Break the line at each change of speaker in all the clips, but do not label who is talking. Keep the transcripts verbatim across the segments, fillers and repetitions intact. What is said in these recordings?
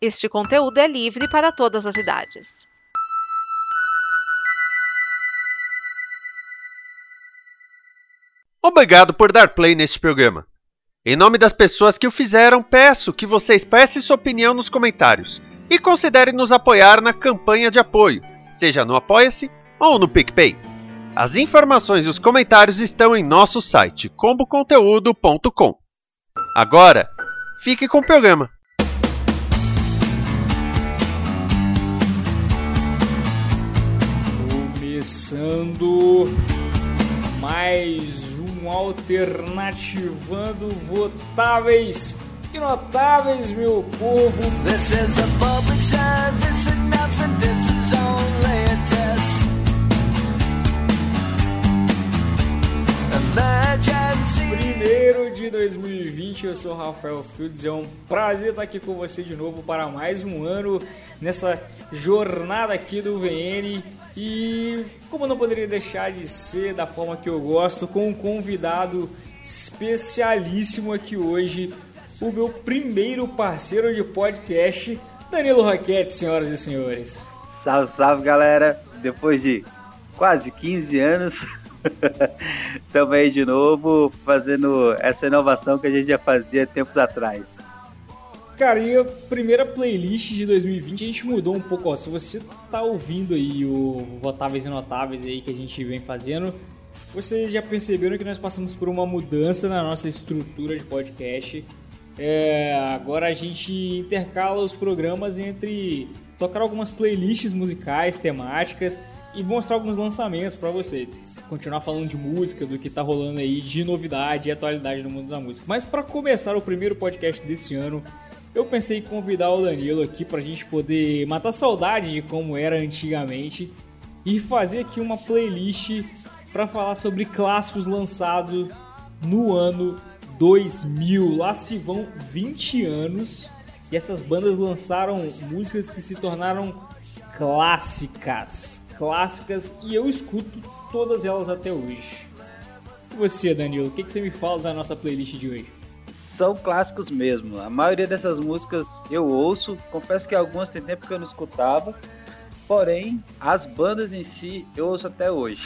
Este conteúdo é livre para todas as idades.
Obrigado por dar play neste programa. Em nome das pessoas que o fizeram, peço que você expresse sua opinião nos comentários e considere nos apoiar na campanha de apoio, seja no Apoia-se ou no PicPay. As informações e os comentários estão em nosso site combo conteúdo ponto com. Agora, fique com o programa.
Começando mais um Alternativando Votáveis e Notáveis, meu povo.
This is a public service announcement, this is only a test. Emergency.
Primeiro de dois mil e vinte, eu sou o Rafael Fields, é um prazer estar aqui com você de novo para mais um ano nessa jornada aqui do V N. E como não poderia deixar de ser da forma que eu gosto, com um convidado especialíssimo aqui hoje, o meu primeiro parceiro de podcast, Danilo Roquette, senhoras e senhores.
Salve, salve, galera! Depois de quase quinze anos, estamos aí de novo fazendo essa inovação que a gente já fazia tempos atrás.
Cara, e a primeira playlist de dois mil e vinte a gente mudou um pouco, ó. Se você tá ouvindo aí o Votáveis e Notáveis aí que a gente vem fazendo, vocês já perceberam que nós passamos por uma mudança na nossa estrutura de podcast. É, agora a gente intercala os programas entre tocar algumas playlists musicais, temáticas e mostrar alguns lançamentos para vocês. Continuar falando de música, do que tá rolando aí de novidade e atualidade no mundo da música. Mas para começar o primeiro podcast desse ano, eu pensei em convidar o Danilo aqui pra gente poder matar saudade de como era antigamente e fazer aqui uma playlist pra falar sobre clássicos lançados no ano dois mil. Lá se vão vinte anos e essas bandas lançaram músicas que se tornaram clássicas, clássicas, e eu escuto todas elas até hoje. E você, Danilo, o que que você me fala da nossa playlist de hoje?
São clássicos mesmo. A maioria dessas músicas eu ouço. Confesso que algumas tem tempo que eu não escutava. Porém, as bandas em si eu ouço até hoje.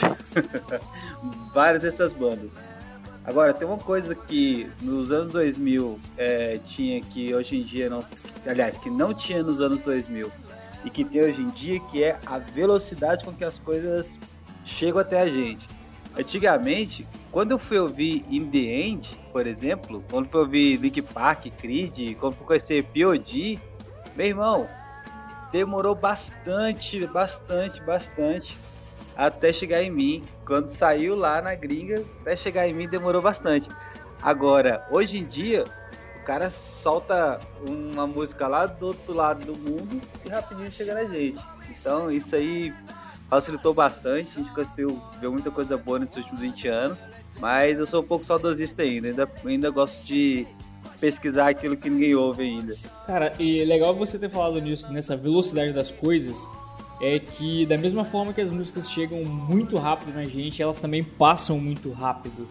Várias dessas bandas. Agora, tem uma coisa que nos anos dois mil é, tinha que hoje em dia não... Aliás, que não tinha nos anos dois mil e que tem hoje em dia, que é a velocidade com que as coisas chegam até a gente. Antigamente, quando eu fui ouvir In The End, por exemplo, quando eu fui ouvir Linkin Park, Creed, quando eu fui conhecer P O D, meu irmão, demorou bastante, bastante, bastante até chegar em mim. Quando saiu lá na gringa, até chegar em mim demorou bastante. Agora, hoje em dia, o cara solta uma música lá do outro lado do mundo e rapidinho chega na gente. Então, isso aí facilitou bastante, a gente conseguiu ver muita coisa boa nesses últimos vinte anos, mas eu sou um pouco saudosista ainda, ainda, ainda gosto de pesquisar aquilo que ninguém ouve ainda.
Cara, e legal você ter falado nisso, nessa velocidade das coisas, é que da mesma forma que as músicas chegam muito rápido na gente, elas também passam muito rápido,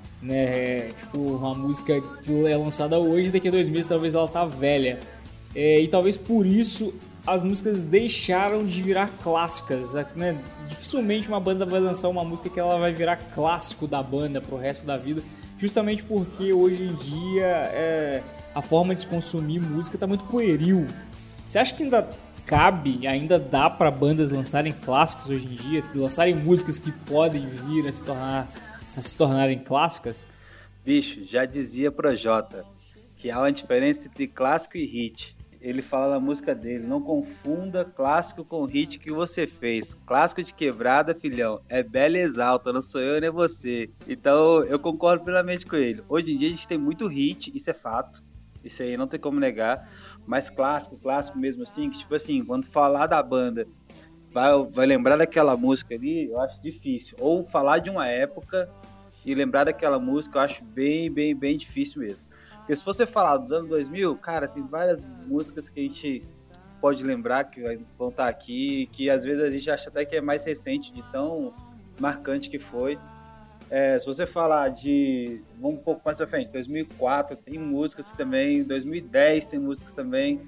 né? Tipo, uma música que é lançada hoje, daqui a dois meses talvez ela tá velha, é, e talvez por isso as músicas deixaram de virar clássicas, né? Dificilmente uma banda vai lançar uma música que ela vai virar clássico da banda pro resto da vida, justamente porque hoje em dia é, a forma de se consumir música tá muito pueril. Você acha que ainda cabe, ainda dá para bandas lançarem clássicos hoje em dia, lançarem músicas que podem vir a se tornar, a se tornarem clássicas?
Bicho, já dizia Projota que há uma diferença entre clássico e hit. Ele fala na música dele: não confunda clássico com hit que você fez. Clássico de quebrada, filhão, é bela e exalta, não sou eu nem você. Então eu concordo plenamente com ele. Hoje em dia a gente tem muito hit, isso é fato. Isso aí não tem como negar. Mas clássico, clássico mesmo assim, que tipo assim, quando falar da banda, vai, vai lembrar daquela música ali, eu acho difícil. Ou falar de uma época e lembrar daquela música, eu acho bem, bem, bem difícil mesmo. Porque se você falar dos anos dois mil, cara, tem várias músicas que a gente pode lembrar que vão estar aqui, que às vezes a gente acha até que é mais recente, de tão marcante que foi. É, se você falar de, vamos um pouco mais pra frente, dois mil e quatro tem músicas também, dois mil e dez tem músicas também,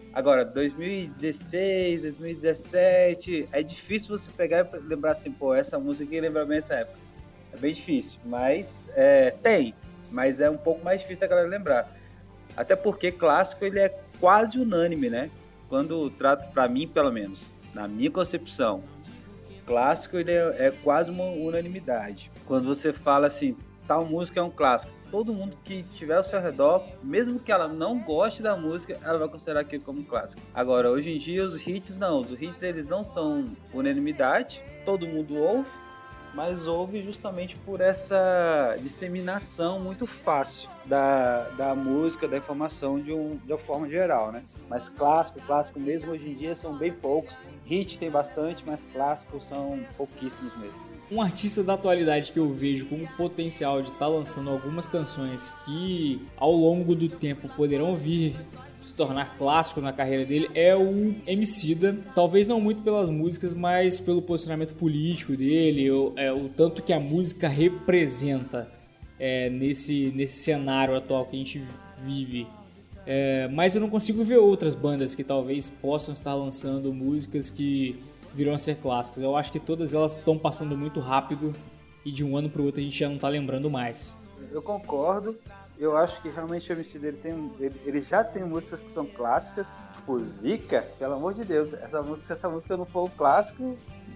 Agora, dois mil e dezesseis, dois mil e dezessete, é difícil você pegar e lembrar assim, pô, essa música aqui lembra bem essa época. É bem difícil, mas é, tem, mas é um pouco mais difícil da galera lembrar. Até porque clássico ele é quase unânime, né? Quando trato, pra mim pelo menos, na minha concepção, clássico ele é, é quase uma unanimidade. Quando você fala assim, tal música é um clássico, todo mundo que tiver ao seu redor, mesmo que ela não goste da música, ela vai considerar aquilo como um clássico. Agora, hoje em dia, os hits não. Os hits, eles não são unanimidade. Todo mundo ouve, mas ouve justamente por essa disseminação muito fácil da, da música, da informação de, um, de uma forma geral, né? Mas clássico, clássico mesmo, hoje em dia são bem poucos. Hit tem bastante, mas clássicos são pouquíssimos mesmo.
Um artista da atualidade que eu vejo com o potencial de estar lançando algumas canções que ao longo do tempo poderão vir se tornar clássico na carreira dele é o Emicida. Talvez não muito pelas músicas, mas pelo posicionamento político dele, o, é, o tanto que a música representa é, nesse, nesse cenário atual que a gente vive. É, mas eu não consigo ver outras bandas que talvez possam estar lançando músicas que virão a ser clássicos. Eu acho que todas elas estão passando muito rápido e de um ano para o outro a gente já não está lembrando mais.
Eu concordo. Eu acho que realmente o Emicida ele, tem, ele, ele já tem músicas que são clássicas. Tipo, Zica, pelo amor de Deus, essa música, se essa música não for um clássico,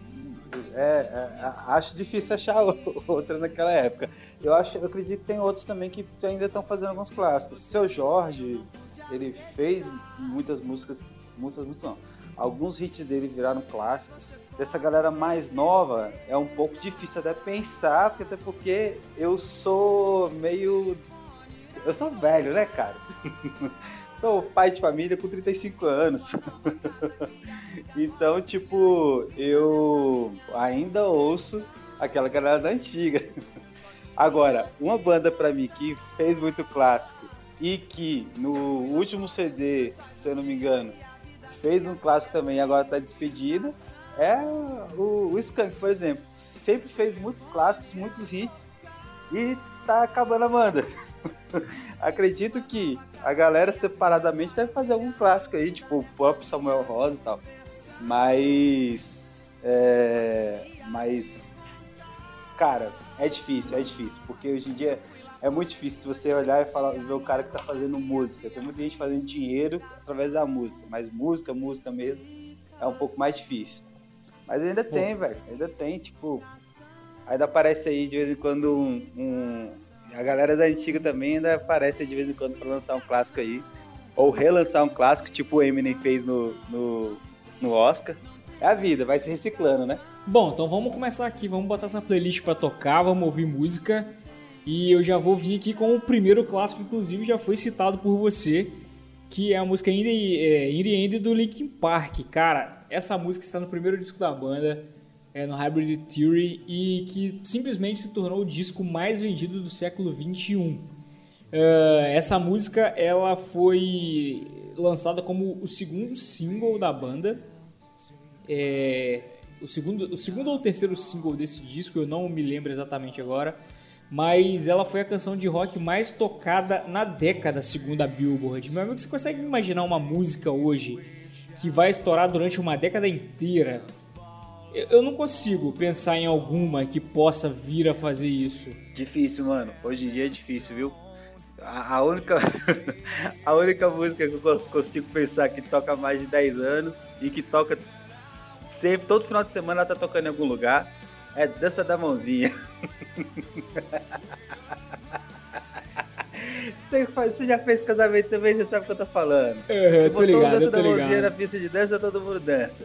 é, é, acho difícil achar outra naquela época. Eu, acho, eu acredito que tem outros também que ainda estão fazendo alguns clássicos. Seu Jorge, ele fez muitas músicas, músicas, músicas não. Alguns hits dele viraram clássicos. Dessa galera mais nova, é um pouco difícil até pensar, porque, até porque eu sou meio... Eu sou velho, né, cara? Sou pai de família com trinta e cinco anos. Então, tipo, eu ainda ouço aquela galera da antiga. Agora, uma banda pra mim que fez muito clássico e que no último C D, se eu não me engano, fez um clássico também e agora tá despedida, é o, o Skank, por exemplo. Sempre fez muitos clássicos, muitos hits e tá acabando a banda. Acredito que a galera separadamente deve fazer algum clássico aí, tipo o próprio Samuel Rosa e tal. Mas... É, mas... Cara, é difícil, é difícil. Porque hoje em dia é muito difícil você olhar e falar, ver o cara que tá fazendo música. Tem muita gente fazendo dinheiro através da música. Mas música, música mesmo, é um pouco mais difícil. Mas ainda tem, velho. Ainda tem, tipo... Ainda aparece aí de vez em quando um... um a galera da antiga também ainda aparece de vez em quando pra lançar um clássico aí. Ou relançar um clássico, tipo o Eminem fez no, no, no Oscar. É a vida, vai se reciclando, né?
Bom, então vamos começar aqui. Vamos botar essa playlist pra tocar, vamos ouvir música. E eu já vou vir aqui com o primeiro clássico, inclusive já foi citado por você, que é a música In the, é, In the End do Linkin Park. Cara, essa música está no primeiro disco da banda, é, no Hybrid Theory, e que simplesmente se tornou o disco mais vendido do século vinte e um. Uh, essa música ela foi lançada como o segundo single da banda. É, o, segundo, o segundo ou terceiro single desse disco, eu não me lembro exatamente agora, mas ela foi a canção de rock mais tocada na década, segundo a Billboard. Meu amigo, você consegue imaginar uma música hoje que vai estourar durante uma década inteira? Eu não consigo pensar em alguma que possa vir a fazer isso.
Difícil, mano. Hoje em dia é difícil, viu? A, a, única, a única música que eu consigo pensar que toca mais de dez anos e que toca sempre, todo final de semana ela tá tocando em algum lugar, é Dança da Mãozinha. Você, faz, você já fez casamento também, você sabe o que eu tô falando.
É,
você
tô ligado,
Dança
eu tô
da
ligado.
Mãozinha na pista de dança, todo mundo dança.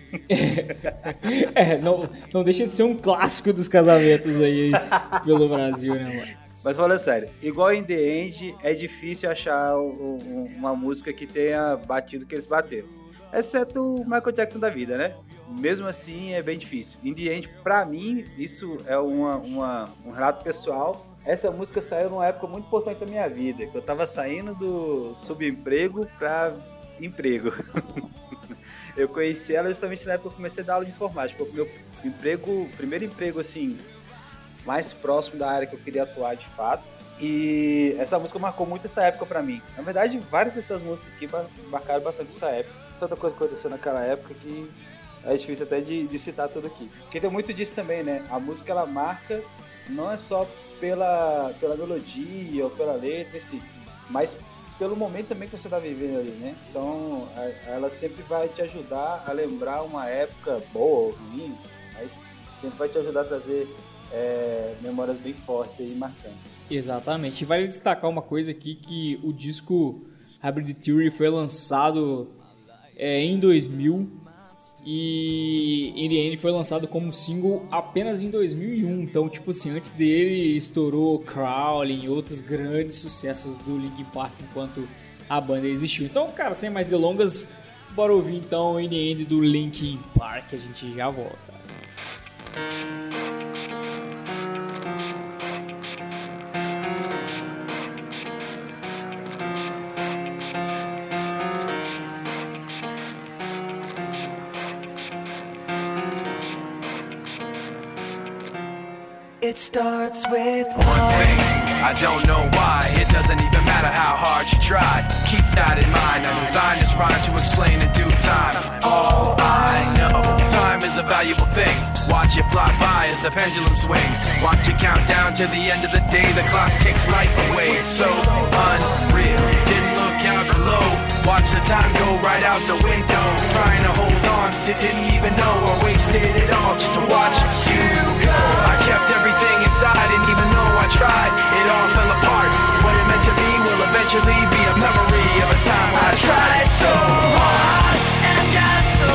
É, não, não deixa de ser um clássico dos casamentos aí pelo Brasil, né, mano?
Mas falando sério, igual em The End, é difícil achar o, o, uma música que tenha batido o que eles bateram. Exceto o Michael Jackson da vida, né? Mesmo assim, é bem difícil. In The End, pra mim, isso é uma, uma, um relato pessoal. Essa música saiu numa época muito importante da minha vida, que eu tava saindo do subemprego pra emprego. Eu conheci ela justamente na época que eu comecei a dar aula de informática. Foi o meu emprego, primeiro emprego, assim, mais próximo da área que eu queria atuar de fato. E essa música marcou muito essa época pra mim. Na verdade, várias dessas músicas aqui marcaram bastante essa época. Tanta coisa aconteceu naquela época que é difícil até de, de citar tudo aqui. Porque tem muito disso também, né? A música, ela marca não é só pela, pela melodia ou pela letra, assim, mas pelo momento também que você tá vivendo ali, né? Então, a, ela sempre vai te ajudar a lembrar uma época boa ou ruim, mas sempre vai te ajudar a trazer é, memórias bem fortes e marcantes.
Exatamente. E vale destacar uma coisa aqui, que o disco Hybrid Theory foi lançado é, em dois mil e In The End foi lançado como single apenas em dois mil e um. Então, tipo assim, antes dele estourou Crawling e outros grandes sucessos do Linkin Park enquanto a banda existiu. Então, cara, sem mais delongas, bora ouvir então In The End do Linkin Park, a gente já volta.
It starts with
One thing, I don't know why. It doesn't even matter how hard you try. Keep that in mind. I designed this rhyme to explain in due time. All I know, time is a valuable thing. Watch it fly by as the pendulum swings. Watch it count down to the end of the day. The clock takes life away. It's so unreal. Didn't look out below. Watch the time go right out the window. Trying to hold on to didn't even know I wasted it all just to watch you go. I kept everything inside and even though I tried, it all fell apart. What it meant to be will eventually be a memory of a time when I tried so hard
and got so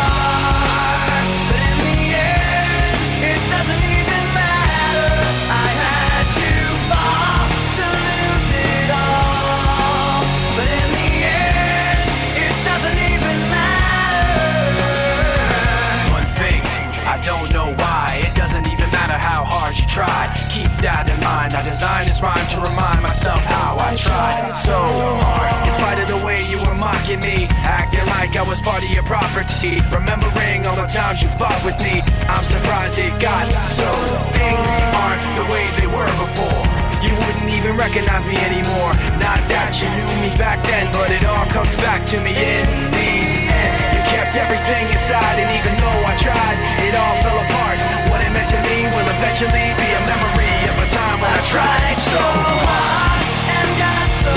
far, but in the end, it doesn't even matter. I had to fall to lose it all, but in the end, it doesn't even matter.
One thing, I don't know why. It doesn't even matter how hard you try. Keep that in mind. I designed this rhyme to remind myself how I tried so hard. In spite of the way you were mocking me, acting like I was part of your property, remembering all the times you fought with me, I'm surprised it got so. Things aren't the way they were before. You wouldn't even recognize me anymore. Not that you knew me back then, but it all comes back to me in the end. You kept everything inside, and even though I tried, it all fell apart. What it meant to me will eventually be a memory of a time when I tried so hard
and got so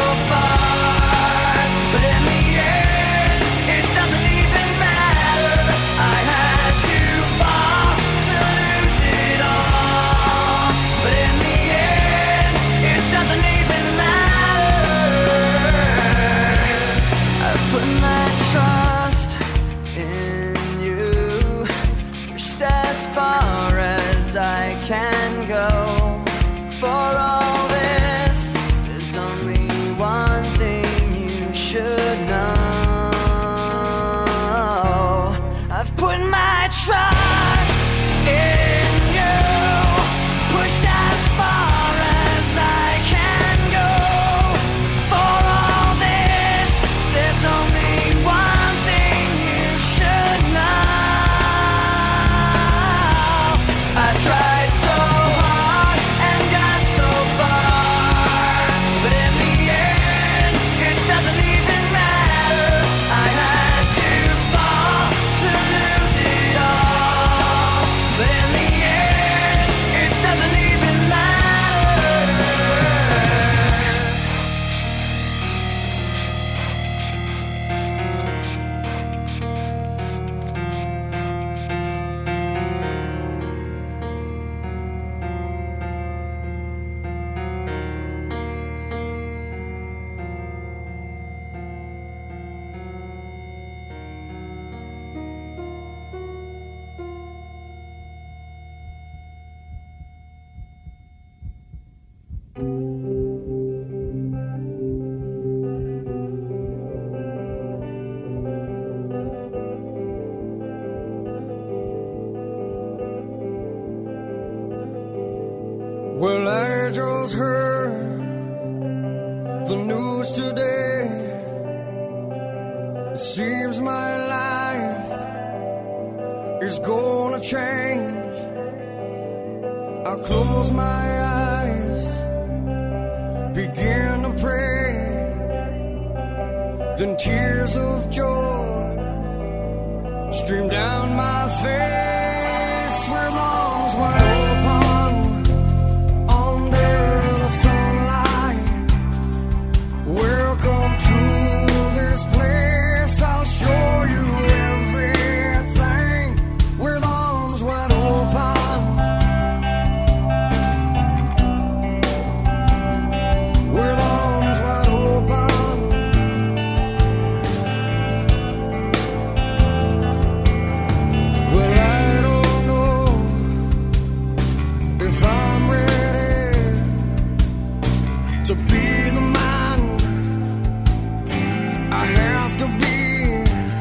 far, but in the end, it doesn't even matter. I had to fall to lose it all, but in the end, it doesn't even matter. I've put my trust in you, pushed as far as I can go. For all this, there's only one thing you should know. I've put my trust in you, pushed as far as I can go. For all this, there's only one thing you should know. I tried so hard and got so far, but in the end, it doesn't even matter. I had to fall to lose it all, but in the end, it doesn't even matter.
Well, I just heard the news today. It seems my life is gonna change. I close my eyes begin to pray. Then tears of joy stream down my face with arms wide open under the sunlight. Welcome to this place. I'll show you everything with arms wide open. With arms wide open. Well, I don't know if I'm ready to be the man I have to be.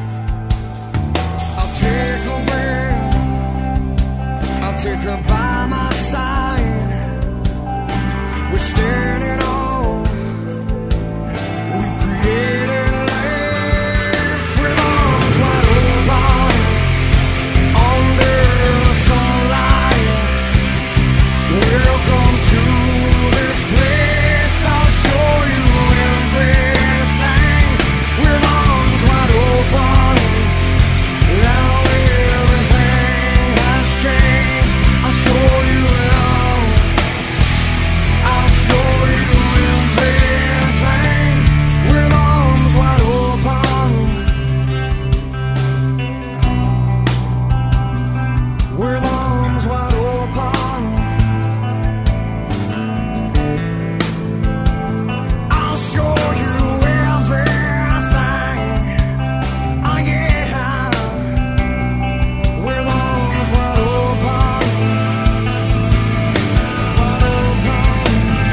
I'll take her where, I'll take her by my side. We're standing on, we've created life with arms wide open under the sunlight. Welcome to this place. I'll show you everything with arms wide open. Now everything has changed. I'll show you now. I'll show you everything with arms wide open. With arms wide open. I'll show you everything. Oh yeah. With arms wide open. Wide open.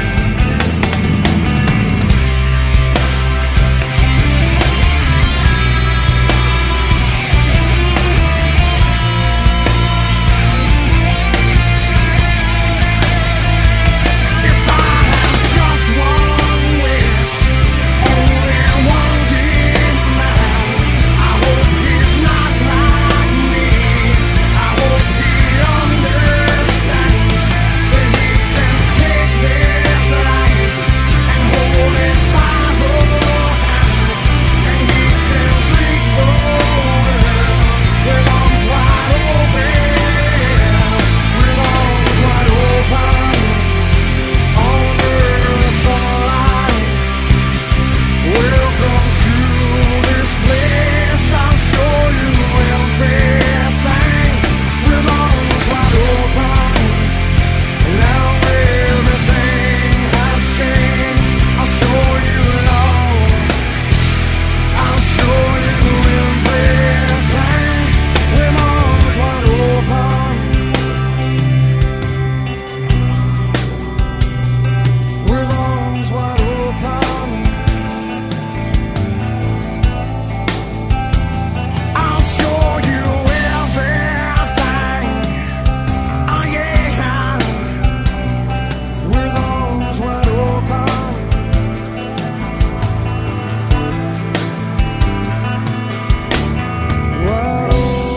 If I have just one wish, only one demand, I hope he's not like me. I hope he understands that he can take this life and hold it by the hand, and he can reach the world with arms wide open, with arms wide open. Under the sunlight, welcome to this place. I'll show you everything with arms wide open. Now everything has changed. I'll show you now. I'll show you everything with arms wide open. With arms wide open. I'll show you everything. Oh yeah. With arms wide open. Wide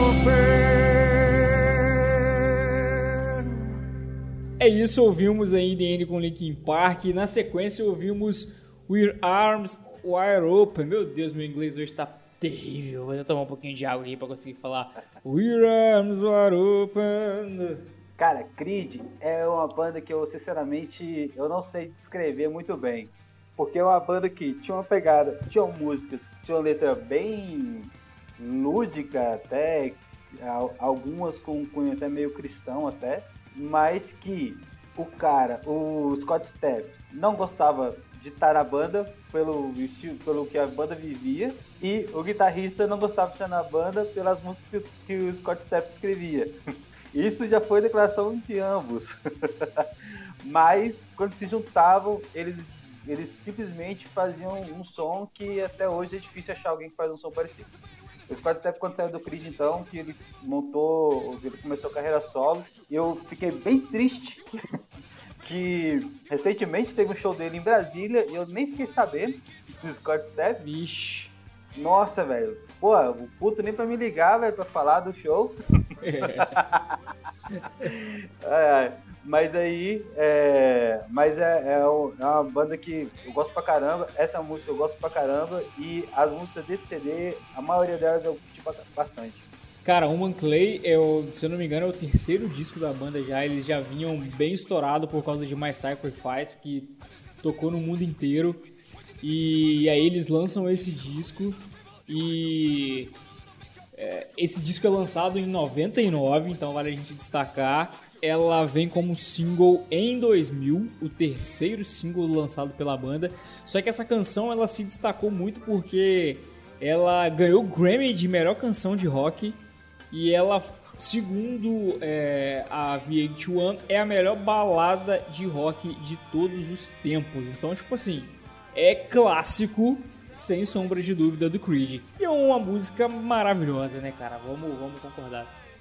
open.
É isso, ouvimos aí The End com Linkin Park. E na sequência ouvimos With Arms Wide Open. Meu Deus, meu inglês hoje tá terrível. Vou tomar um pouquinho de água aqui pra conseguir falar With Arms Wide Open.
Cara, Creed é uma banda que eu, sinceramente, eu não sei descrever muito bem. Porque é uma banda que tinha uma pegada, tinha músicas, tinha uma letra bem lúdica até, al- algumas com um cunho até meio cristão até, mas que o cara, o Scott Stapp, não gostava de estar na banda pelo, estilo- pelo que a banda vivia, e o guitarrista não gostava de estar na banda pelas músicas que o Scott Stapp escrevia. Isso já foi declaração de ambos. Mas, quando se juntavam, eles, eles simplesmente faziam um som que até hoje é difícil achar alguém que faz um som parecido. O Scott Stapp, quando saiu do Creed, então, que ele montou, ele começou a carreira solo, eu fiquei bem triste que recentemente teve um show dele em Brasília e eu nem fiquei sabendo do Scott Stapp.
Vixe.
Nossa, velho. Pô, o puto nem pra me ligar, velho, pra falar do show. É, Mas aí, é, mas é, é o- é uma banda que eu gosto pra caramba, essa música eu gosto pra caramba, e as músicas desse C D, a maioria delas eu curti ba- bastante.
Cara, Human Clay, eu, se eu não me engano, é o terceiro disco da banda já. Eles já vinham bem estourados por causa de My Sacrifice, que tocou no mundo inteiro. E aí eles lançam esse disco e é, esse disco é lançado em noventa e nove, então vale a gente destacar. Ela vem como single em dois mil, o terceiro single lançado pela banda. Só que essa canção ela se destacou muito porque ela ganhou o Grammy de melhor canção de rock e ela, segundo é, a V H um, é a melhor balada de rock de todos os tempos. Então, tipo assim, é clássico, sem sombra de dúvida, do Creed. E é uma música maravilhosa, né, cara? Vamos, vamos concordar.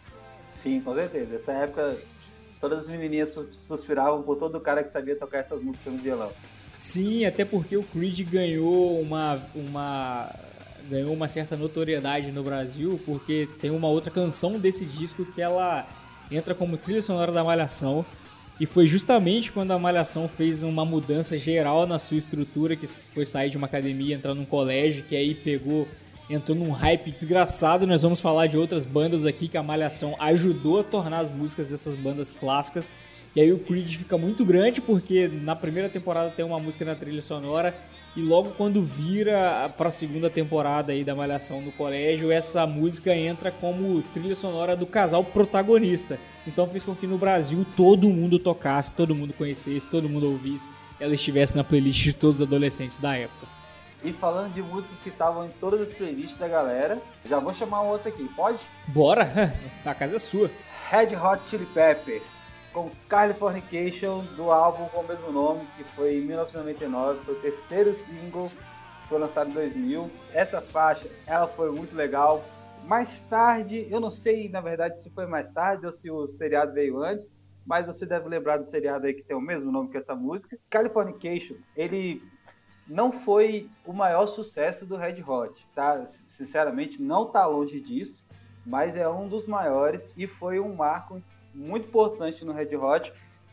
Sim, com certeza. Nessa época, todas as menininhas sus- suspiravam por todo cara que sabia tocar essas músicas no violão.
Sim, até porque o Creed ganhou uma, uma, ganhou uma certa notoriedade no Brasil, porque tem uma outra canção desse disco que ela entra como trilha sonora da Malhação. E foi justamente quando a Malhação fez uma mudança geral na sua estrutura, que foi sair de uma academia, entrar num colégio, que aí pegou, entrou num hype desgraçado. Nós vamos falar de outras bandas aqui que a Malhação ajudou a tornar as músicas dessas bandas clássicas. E aí o Creed fica muito grande, porque na primeira temporada tem uma música na trilha sonora, e logo quando vira pra segunda temporada aí da Malhação no colégio, essa música entra como trilha sonora do casal protagonista. Então fez com que no Brasil todo mundo tocasse, todo mundo conhecesse, todo mundo ouvisse, ela estivesse na playlist de todos os adolescentes da época.
E falando de músicas que estavam em todas as playlists da galera, já vou chamar um outro aqui, pode?
Bora? A casa é sua.
Red Hot Chili Peppers, com Californication, do álbum com o mesmo nome, que foi em mil novecentos e noventa e nove, foi o terceiro single, que foi lançado em dois mil. Essa faixa, ela foi muito legal. Mais tarde, eu não sei, na verdade, se foi mais tarde ou se o seriado veio antes, mas você deve lembrar do seriado aí que tem o mesmo nome que essa música. Californication, ele não foi o maior sucesso do Red Hot, tá? Sinceramente, não tá longe disso, mas é um dos maiores e foi um marco muito importante no Red Hot,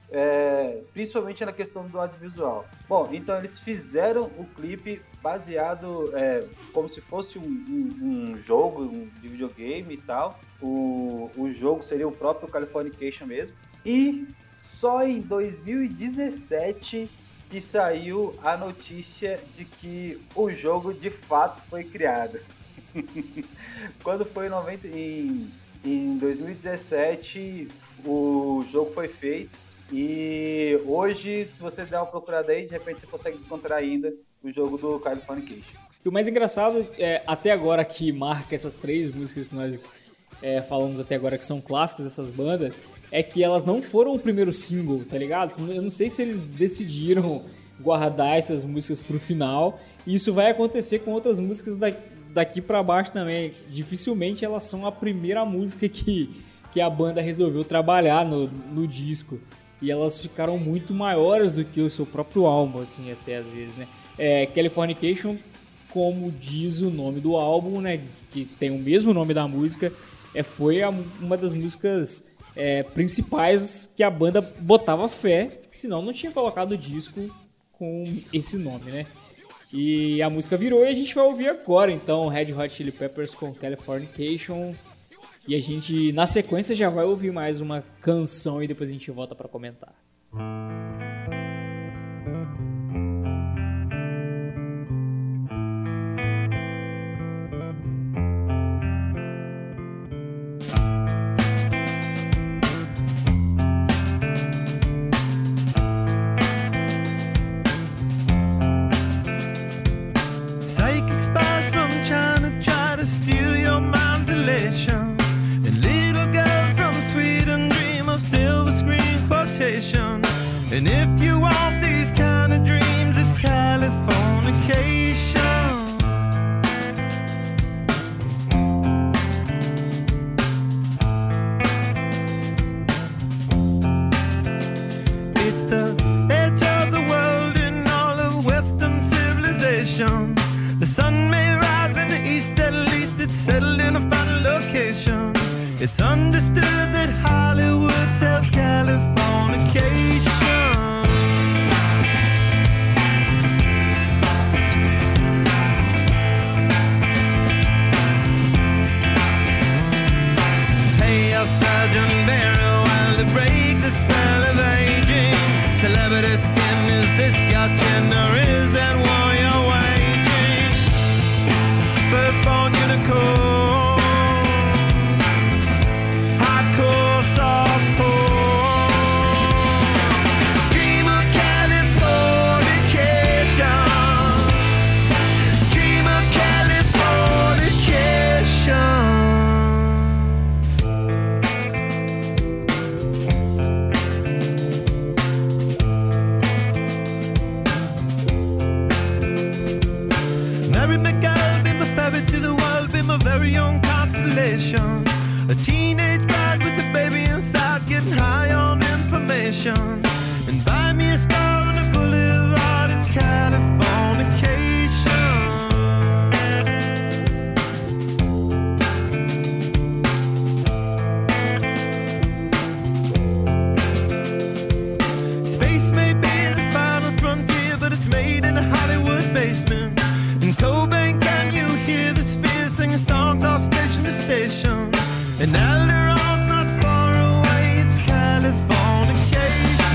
é, principalmente na questão do audiovisual. Bom, então eles fizeram o clipe baseado é, como se fosse um, um, um jogo um de videogame e tal. O, o jogo seria o próprio Californication mesmo. E só em dois mil e dezessete que saiu a notícia de que o jogo de fato foi criado. Quando foi em, noventa, em, em dois mil e dezessete, o jogo foi feito. E hoje, se você der uma procurada aí, de repente você consegue encontrar ainda o jogo do Californication.
E o mais engraçado, é, até agora que marca essas três músicas que nós é, falamos até agora, que são clássicas dessas bandas, é que elas não foram o primeiro single, tá ligado? Eu não sei se eles decidiram guardar essas músicas pro final, e isso vai acontecer com outras músicas da, daqui pra baixo também. Dificilmente elas são a primeira música que, que a banda resolveu trabalhar no, no disco. E elas ficaram muito maiores do que o seu próprio álbum, assim, até às vezes, né? É, Californication, como diz o nome do álbum, né? Que tem o mesmo nome da música, é, foi a, uma das músicas é, principais que a banda botava fé, senão não tinha colocado o disco com esse nome, né? E a música virou e a gente vai ouvir agora, então, Red Hot Chili Peppers com Californication. E a gente, na sequência, já vai ouvir mais uma canção e depois a gente volta pra comentar.
Psychic spies from China try to steal your mind's elation. And little girls from Sweden dream of silver screen quotation. And if you want these kind of dreams, it's Californication. It's the edge of the world in all of Western civilization. The sun may rise in the east, at least it's settled in a final location. It's understood that Hollywood sells Californication. constellation. A teenage bride with a baby inside, getting high on information. And buy me a star on a boulevard, it's Californication. Space may be the final frontier, but it's made in a Hollywood basement. In Cobain, can you hear the spheres singing songs off station to station? And Alderon's not far away, it's Californication.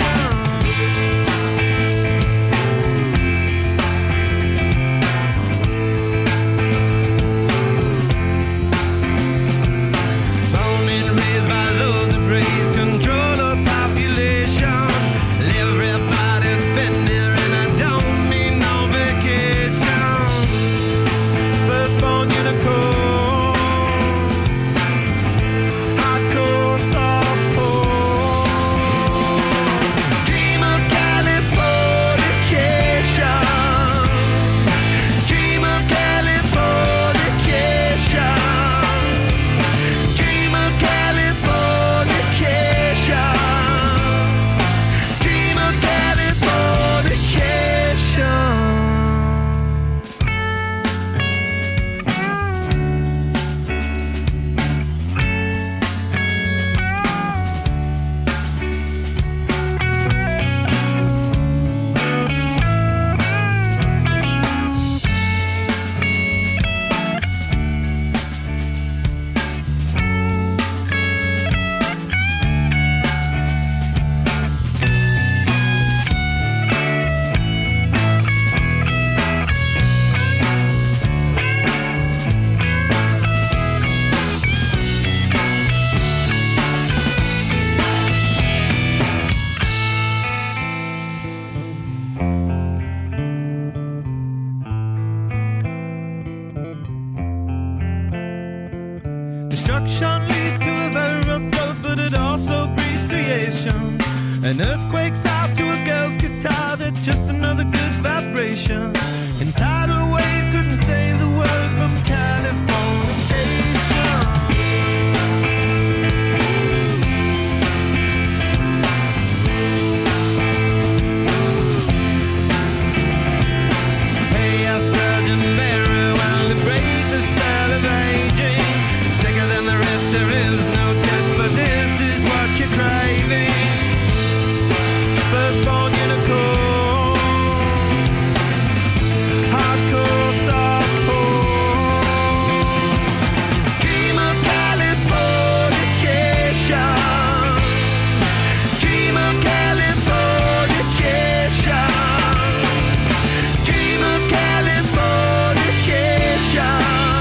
Born and raised by those that praise control of population. Everybody's been there and I don't need no vacation. Firstborn unicorn. Destruction leads to a very rough road, but it also breeds creation. An earthquake's out to a girl's guitar, that's just another good vibration. And tidal waves couldn't save the world from Californication. Hey, a Surgeon Mary, well, to break the spell of aging. Sicker than the rest, there is no test, but this is what you're craving. Firstborn unicorn, hardcore softcore. Dream of Californication. Dream of Californication. Dream of Californication.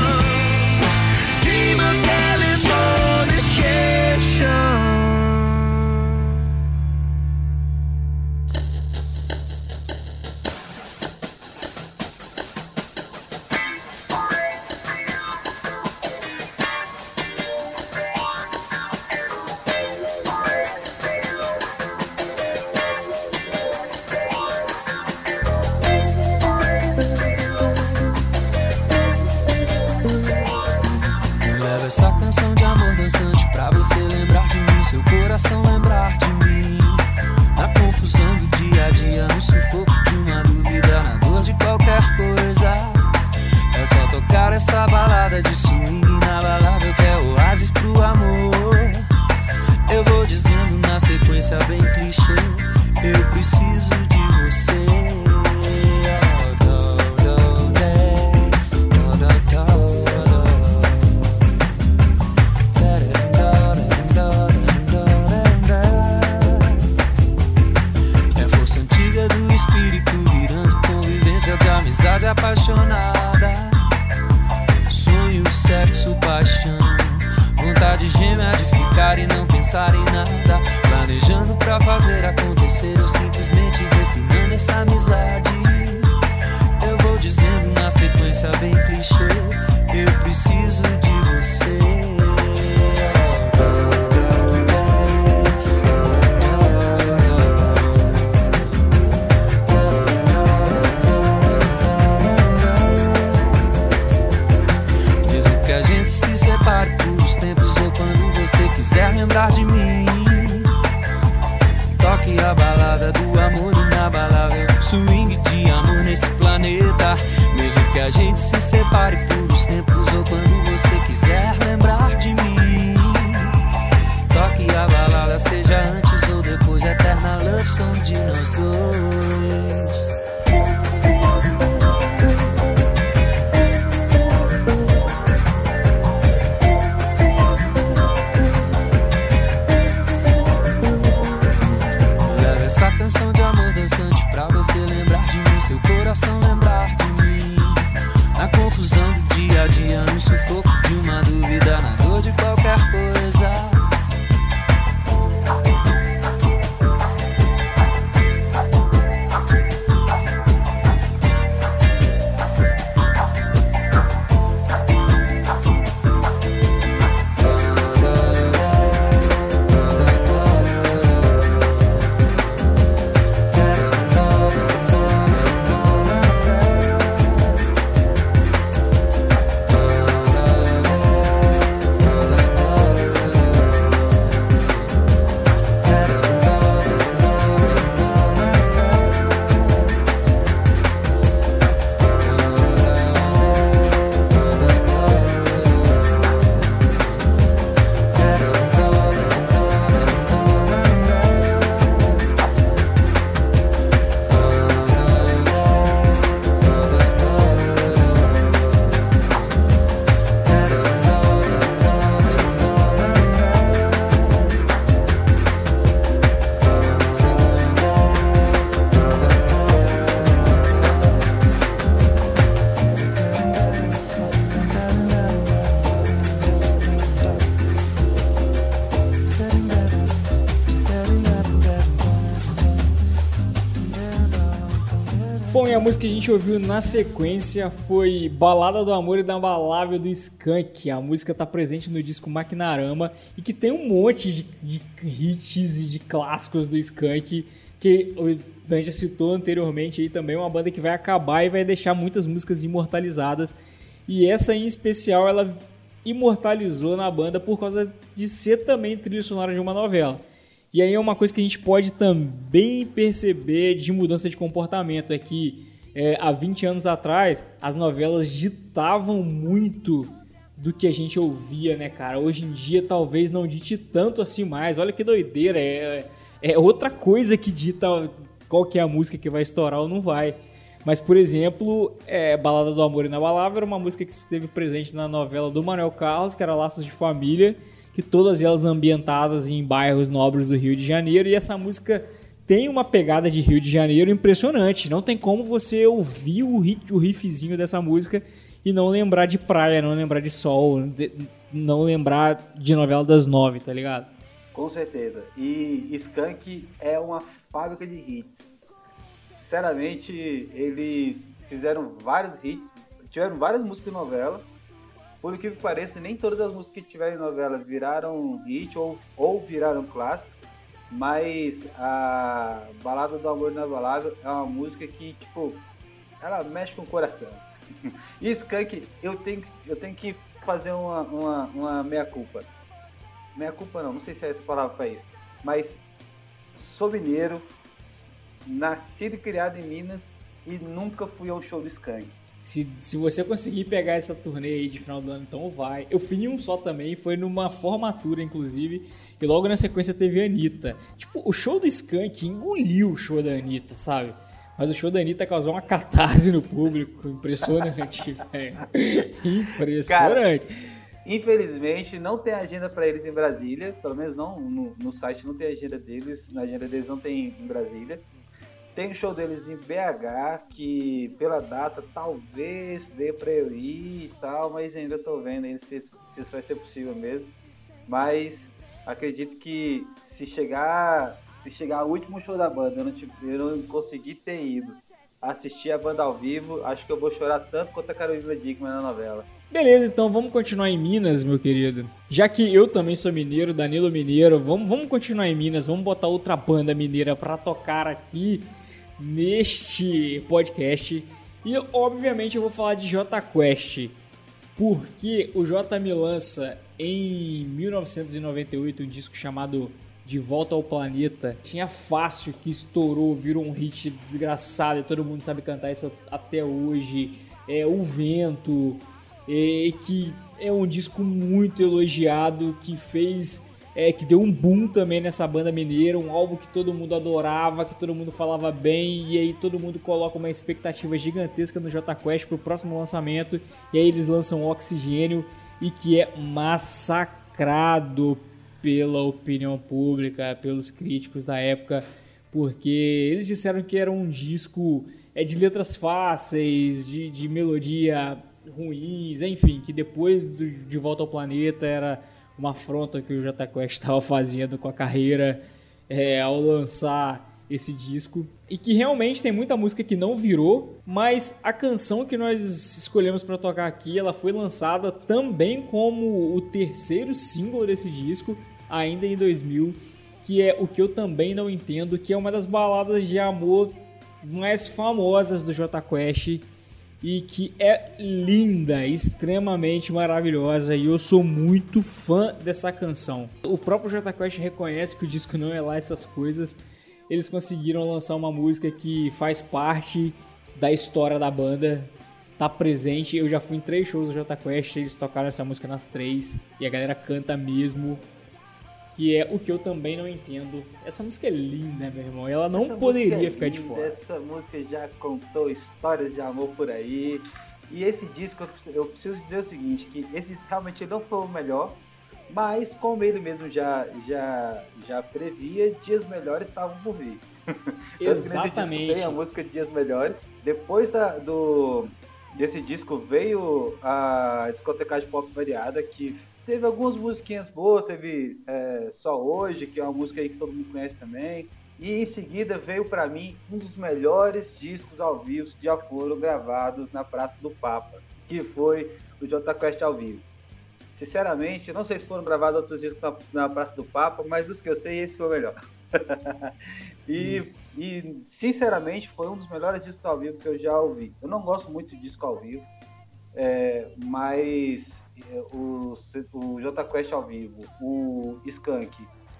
Dream of Californication.
Leva essa canção de amor dançante pra você lembrar de mim, seu coração lembrar de mim. Na confusão do dia a dia, no sufoco de uma dúvida, na dor de qualquer coisa. É só tocar essa balada de swing inabalável que é oásis pro amor. Eu vou dizendo na sequência bem clichê, eu preciso de você. É força antiga do espírito virando convivência de amizade apaixonada. Sonho, sexo, paixão, vontade gêmea de ficar e não pensar em nada. Planejando pra fazer acontecer ou simplesmente refinando essa amizade. Eu vou dizendo na sequência bem clichê, eu preciso de você. Mesmo que a gente se separe voltar. Mesmo que a gente se separe por uns tempos, ou quando você quiser lembrar de mim. Toque a balada, seja antes ou depois, eterna love song de nós dois. Leva essa canção de amor dançante pra você lembrar de mim, seu coração lembrar de mim. Na confusão do dia a dia, no sufoco de uma dúvida, na dor de qualquer coisa.
Bom, e a música que a gente ouviu na sequência foi Balada do Amor Inabalável do Skank. A música tá presente no disco Maquinarama e que tem um monte de, de hits e de clássicos do Skank, que o Dan já citou anteriormente aí também, uma banda que vai acabar e vai deixar muitas músicas imortalizadas. E essa em especial ela imortalizou na banda por causa de ser também trilha sonora de uma novela. E aí é uma coisa que a gente pode também perceber de mudança de comportamento, é que é, há vinte anos atrás as novelas ditavam muito do que a gente ouvia, né, cara? Hoje em dia talvez não dite tanto assim mais. Olha que doideira, é, é outra coisa que dita qual que é a música que vai estourar ou não vai. Mas, por exemplo, é, Balada do Amor Inabalável era uma música que esteve presente na novela do Manuel Carlos, que era Laços de Família, que todas elas ambientadas em bairros nobres do Rio de Janeiro, e essa música tem uma pegada de Rio de Janeiro impressionante. Não tem como você ouvir o, hit, o riffzinho dessa música e não lembrar de praia, não lembrar de sol, de, não lembrar de novela das nove, tá ligado?
Com certeza. E Skank é uma fábrica de hits. Sinceramente, eles fizeram vários hits, tiveram várias músicas de novela. Por que pareça, nem todas as músicas que tiveram em novela viraram hit ou, ou viraram clássico, mas a Balada do Amor Inabalável é uma música que, tipo, ela mexe com o coração. E Skank, eu tenho, eu tenho que fazer uma, uma, uma meia-culpa. Meia-culpa não, não sei se é essa palavra para isso, mas sou mineiro, nascido e criado em Minas e nunca fui a um show do Skank.
Se, se você conseguir pegar essa turnê aí de final do ano, então vai. Eu fui em um só também, foi numa formatura, inclusive, e logo na sequência teve a Anitta. Tipo, o show do Skank engoliu o show da Anitta, sabe? Mas o show da Anitta causou uma catarse no público, impressionante, velho. Impressionante.
Cara, infelizmente, não tem agenda pra eles em Brasília, pelo menos não no, no site não tem agenda deles, na agenda deles não tem em Brasília. Tem o show deles em B H, que pela data talvez dê pra eu ir e tal, mas ainda tô vendo ainda se, se isso vai ser possível mesmo. Mas acredito que se chegar, se chegar o último show da banda, eu não, eu não consegui ter ido assistir a banda ao vivo, acho que eu vou chorar tanto quanto a Carolina Dickman na novela.
Beleza, então vamos continuar em Minas, meu querido. Já que eu também sou mineiro, Danilo mineiro, vamos, vamos continuar em Minas, vamos botar outra banda mineira pra tocar aqui neste podcast. E obviamente eu vou falar de Jota Quest, porque o Jota me lança em mil novecentos e noventa e oito um disco chamado De Volta ao Planeta, tinha Fácil, que estourou, virou um hit desgraçado e todo mundo sabe cantar isso até hoje. É O Vento, é, que é um disco muito elogiado, que fez, é, que deu um boom também nessa banda mineira, um álbum que todo mundo adorava, que todo mundo falava bem, e aí todo mundo coloca uma expectativa gigantesca no Jota Quest pro próximo lançamento, e aí eles lançam Oxigênio, e que é massacrado pela opinião pública, pelos críticos da época, porque eles disseram que era um disco é, de letras fáceis, de, de melodia ruins, enfim, que depois do, de Volta ao Planeta era uma afronta que o Jota Quest estava fazendo com a carreira é, ao lançar esse disco, e que realmente tem muita música que não virou, mas a canção que nós escolhemos para tocar aqui, ela foi lançada também como o terceiro single desse disco, ainda em dois mil, que é O Que Eu Também Não Entendo, que é uma das baladas de amor mais famosas do Jota Quest e que é linda, extremamente maravilhosa, e eu sou muito fã dessa canção. O próprio Jota Quest reconhece que o disco não é lá essas coisas. Eles conseguiram lançar uma música que faz parte da história da banda, tá presente. Eu já fui em três shows do Jota Quest, eles tocaram essa música nas três e a galera canta mesmo, que é O Que Eu Também Não Entendo. Essa música é linda, meu irmão, ela não
Essa
poderia
música é
ficar de
linda,
fora.
Essa música já contou histórias de amor por aí. E esse disco, eu preciso- eu preciso dizer o seguinte, que esse disco realmente não foi o melhor, mas como ele mesmo já, já, já previa, dias melhores estavam por vir. Tanto que nesse disco
Exatamente.
tem a música Dias Melhores. Depois da, do, desse disco veio a discotecagem pop variada, que teve algumas musiquinhas boas, teve é, Só Hoje, que é uma música aí que todo mundo conhece também. E em seguida veio pra mim um dos melhores discos ao vivo que já foram gravados na Praça do Papa, que foi o Jota Quest ao vivo. Sinceramente, eu não sei se foram gravados outros discos na, na Praça do Papa, mas dos que eu sei, esse foi o melhor. e, e, sinceramente, foi um dos melhores discos ao vivo que eu já ouvi. Eu não gosto muito de disco ao vivo, é, mas é, o, o Jota Quest ao vivo, o Skank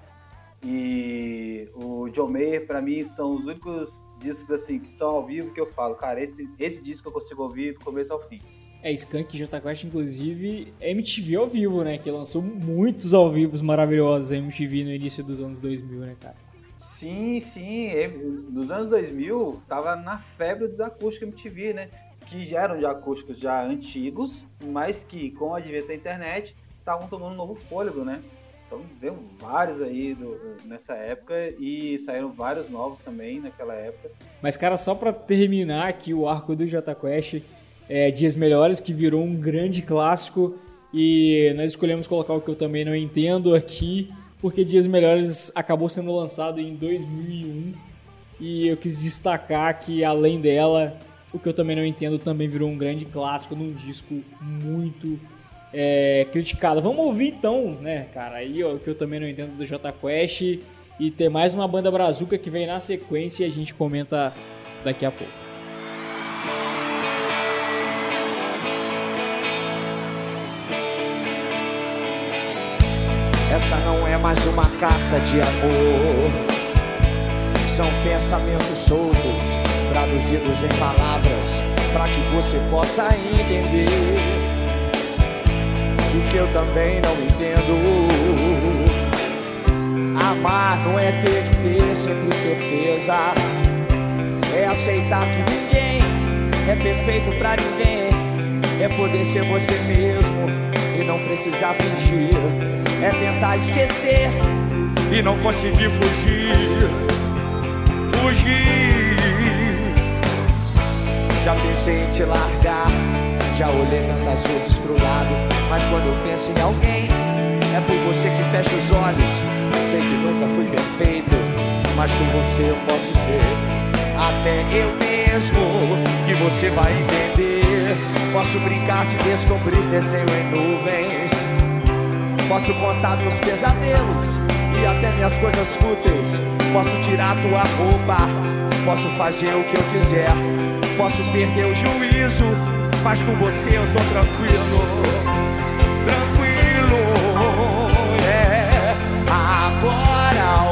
e o John Mayer, pra mim, são os únicos discos assim, que são ao vivo que eu falo, cara, esse, esse disco eu consigo ouvir do começo ao fim.
É, Skank e Jota Quest, inclusive, é M T V ao vivo, né? Que lançou muitos ao vivos maravilhosos, a M T V no início dos anos dois mil, né, cara?
Sim, sim, é, nos anos dois mil tava na febre dos acústicos M T V, né? Que já eram de acústicos já antigos, mas que com o advento da internet estavam tomando um novo fôlego, né? Então veio vários aí do, nessa época e saíram vários novos também naquela época.
Mas, cara, só pra terminar aqui o arco do Jota Quest, é, Dias Melhores, que virou um grande clássico, e nós escolhemos colocar O Que Eu Também Não Entendo aqui, porque Dias Melhores acabou sendo lançado em dois mil e um, e eu quis destacar que, além dela, O Que Eu Também Não Entendo também virou um grande clássico num disco muito é, criticado. Vamos ouvir então, né, cara, aí ó, O Que Eu Também Não Entendo do Jota Quest, e ter mais uma banda brazuca que vem na sequência e a gente comenta daqui a pouco.
Essa não é mais uma carta de amor. São pensamentos soltos, traduzidos em palavras, para que você possa entender o que eu também não entendo. Amar não é ter que ter sempre certeza, é aceitar que ninguém é perfeito pra ninguém, é poder ser você mesmo e não precisar fingir, é tentar esquecer e não conseguir fugir. Fugir. Já pensei em te largar, já olhei tantas vezes pro lado, mas quando eu penso em alguém, é por você que fecho os olhos. Sei que nunca fui perfeito, mas com você eu posso ser até eu mesmo, que você vai entender. Posso brincar de descobrir desenho em nuvens, posso contar meus pesadelos e até minhas coisas fúteis. Posso tirar tua roupa, posso fazer o que eu quiser, posso perder o juízo, mas com você eu tô tranquilo. Tranquilo, é. Agora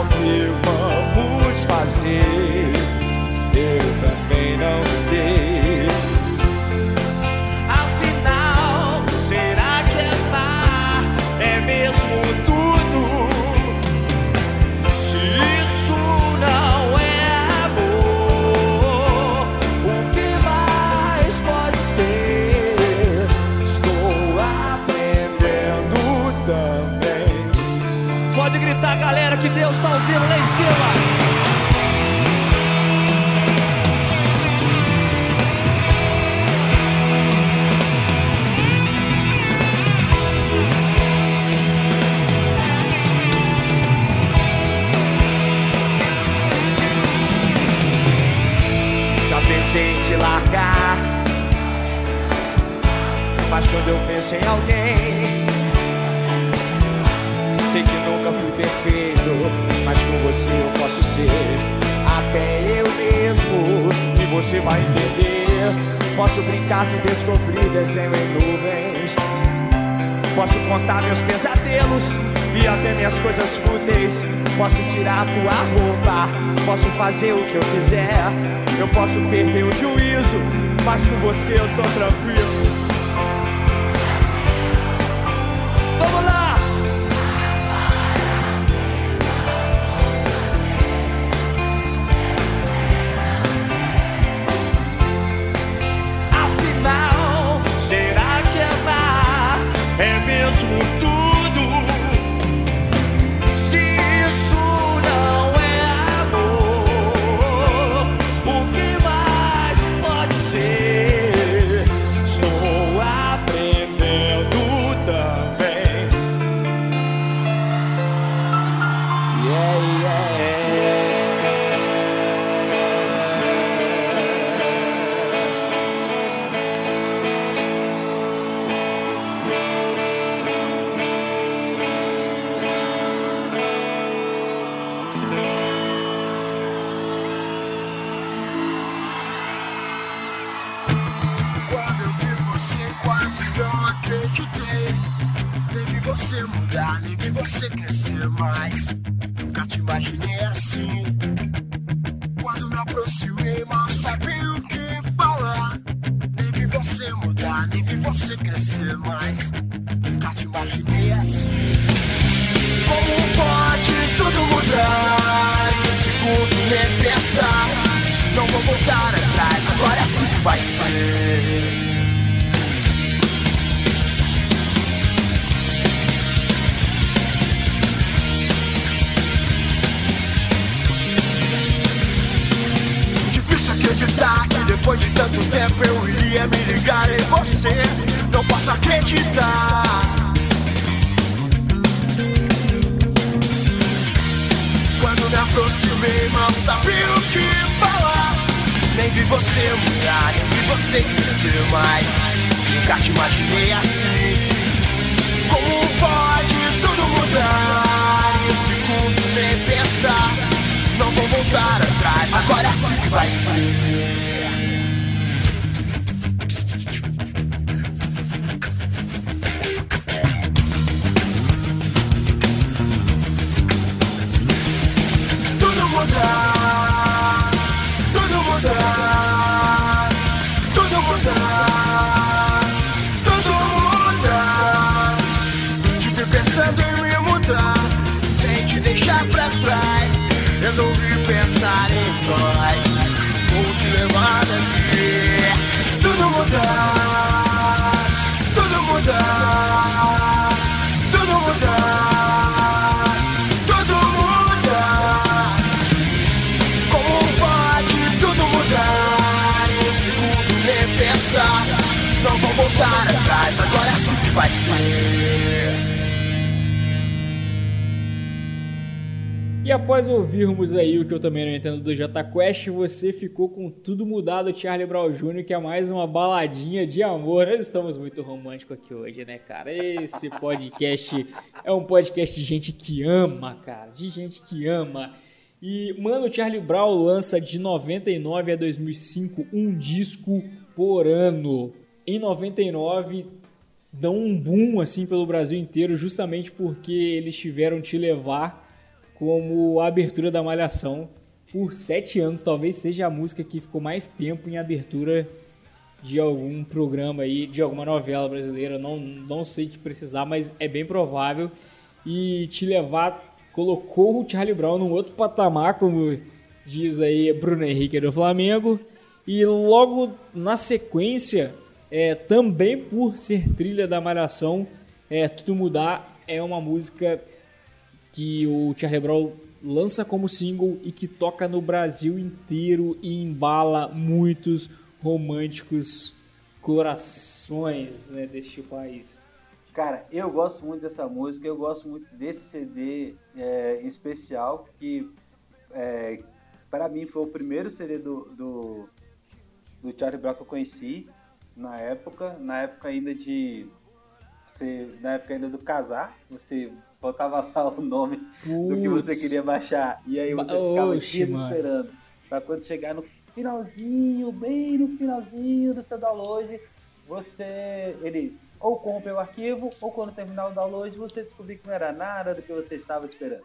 também. Pode gritar, galera, que Deus tá ouvindo lá em cima. Pensei em te largar, mas quando eu penso em alguém, sei que nunca fui perfeito, mas com você eu posso ser até eu mesmo, e você vai entender. Posso brincar de descobrir desenho em nuvens, posso contar meus pesadelos e até minhas coisas fúteis. Posso tirar a tua roupa, posso fazer o que eu quiser. Eu posso perder o juízo, mas com você eu tô tranquilo. Vamos lá! Afinal, será que amar é mesmo tudo?
Você mudar, nem vi você crescer mais. Nunca te imaginei assim. Quando me aproximei, mal sabia o que falar. Nem vi você mudar, nem vi você crescer mais. Nunca te imaginei assim. Como pode tudo mudar? Em um segundo nem pensar. Não vou voltar atrás, agora é assim que vai ser. Acreditar que depois de tanto tempo eu iria me ligar em você. Não posso acreditar. Quando me aproximei, mal sabia o que falar. Nem vi você mudar, nem vi você crescer mais. Nunca te imaginei assim. Como pode tudo mudar? Em um segundo nem pensar. Não vou voltar atrás, agora sim que vai ser. Tudo mudar, tudo mudar, tudo mudar, tudo mudar. Estive pensando em me mudar, sem te deixar pra trás. Resolvi pensar em nós, vou te levar daqui. Tudo mudar, tudo mudar, tudo mudar, tudo mudar. Como pode tudo mudar? Em um segundo nem pensar. Não vou voltar atrás, agora é assim que vai ser.
E após ouvirmos aí o que eu também não entendo do Jota Quest, você ficou com Tudo Mudado, Charlie Brown Júnior, que é mais uma baladinha de amor. Nós estamos muito românticos aqui hoje, né, cara? Esse podcast é um podcast de gente que ama, cara, de gente que ama. E, mano, o Charlie Brown lança de noventa e nove a dois mil e cinco um disco por ano. Em noventa e nove dão um boom assim pelo Brasil inteiro, justamente porque eles tiveram Te Levar como a abertura da Malhação por sete anos. Talvez seja a música que ficou mais tempo em abertura de algum programa aí, de alguma novela brasileira. Não, não sei te precisar, mas é bem provável. E Te Levar colocou o Charlie Brown num outro patamar, como diz aí Bruno Henrique do Flamengo. E logo na sequência, é, também por ser trilha da Malhação, é, Tudo Mudar é uma música que o Charlie Brown lança como single e que toca no Brasil inteiro e embala muitos românticos corações, né, deste país.
Cara, eu gosto muito dessa música, eu gosto muito desse C D é, em especial, que é, para mim foi o primeiro C D do, do, do Charlie Brown que eu conheci na época, na época ainda de você, na época ainda do casar, você botava lá o nome do que você queria baixar e aí você ficava
Oxi,
dias esperando para quando chegar no finalzinho, bem no finalzinho do seu download, você ele ou compra o arquivo, ou quando terminar o download, você descobrir que não era nada do que você estava esperando.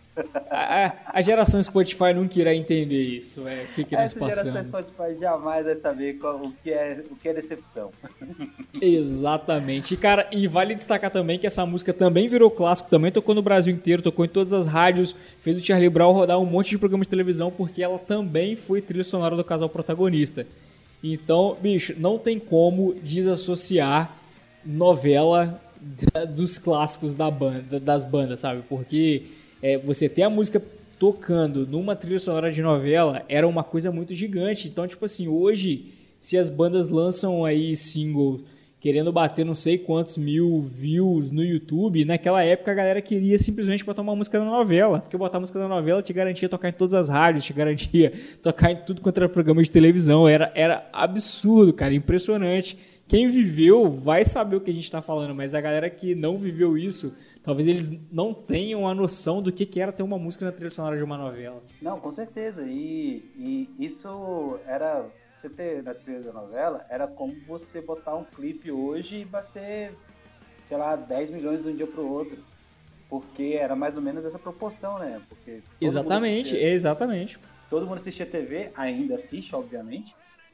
A, a, a geração Spotify nunca irá entender isso, é, o que, que nós
Essa
passamos.
geração Spotify jamais vai saber qual, o, que é, o que é decepção.
Exatamente. E, cara, e vale destacar também que essa música também virou clássico, também tocou no Brasil inteiro, tocou em todas as rádios, fez o Charlie Brown rodar um monte de programas de televisão, porque ela também foi trilha sonora do casal protagonista. Então, bicho, não tem como desassociar novela dos clássicos da banda, das bandas, sabe? Porque é, você ter a música tocando numa trilha sonora de novela era uma coisa muito gigante. Então, tipo assim, hoje, se as bandas lançam aí singles querendo bater não sei quantos mil views no YouTube, naquela época a galera queria simplesmente botar uma música na novela, porque botar a música na novela te garantia tocar em todas as rádios, te garantia tocar em tudo quanto era programa de televisão. Era, era absurdo, cara, impressionante. Quem viveu vai saber o que a gente está falando, mas a galera que não viveu isso, talvez eles não tenham a noção do que, que era ter uma música na trilha sonora de uma novela.
Não, com certeza. E, e isso era... Você ter na trilha da novela era como você botar um clipe hoje e bater, sei lá, dez milhões de um dia pro outro. Porque era mais ou menos essa proporção, né? Porque todo
exatamente,
mundo assistia,
exatamente.
todo mundo assistia T V, ainda assiste, obviamente.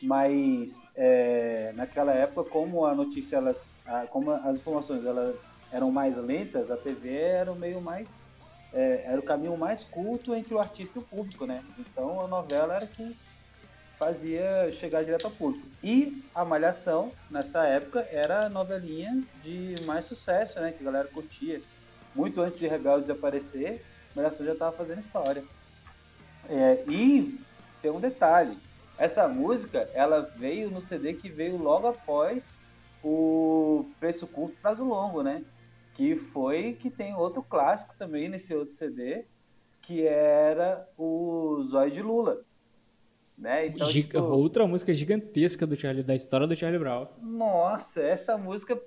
Mas é, naquela época, como a notícia, elas, a, como as informações elas eram mais lentas, a T V era o meio mais, é, era o caminho mais curto entre o artista e o público, né? Então a novela era que fazia chegar direto ao público. E a Malhação, nessa época, era a novelinha de mais sucesso, né? Que a galera curtia. Muito antes de Rebeldes aparecer, a Malhação já estava fazendo história. É, e tem um detalhe. Essa música, ela veio no C D que veio logo após o Preço Curto, Prazo Longo, né? Que foi que tem outro clássico também nesse outro C D, que era o Zóio de Lula. Né? Então,
Giga,
tipo,
outra música gigantesca do Charlie, da história do Charlie Brown.
Nossa, essa música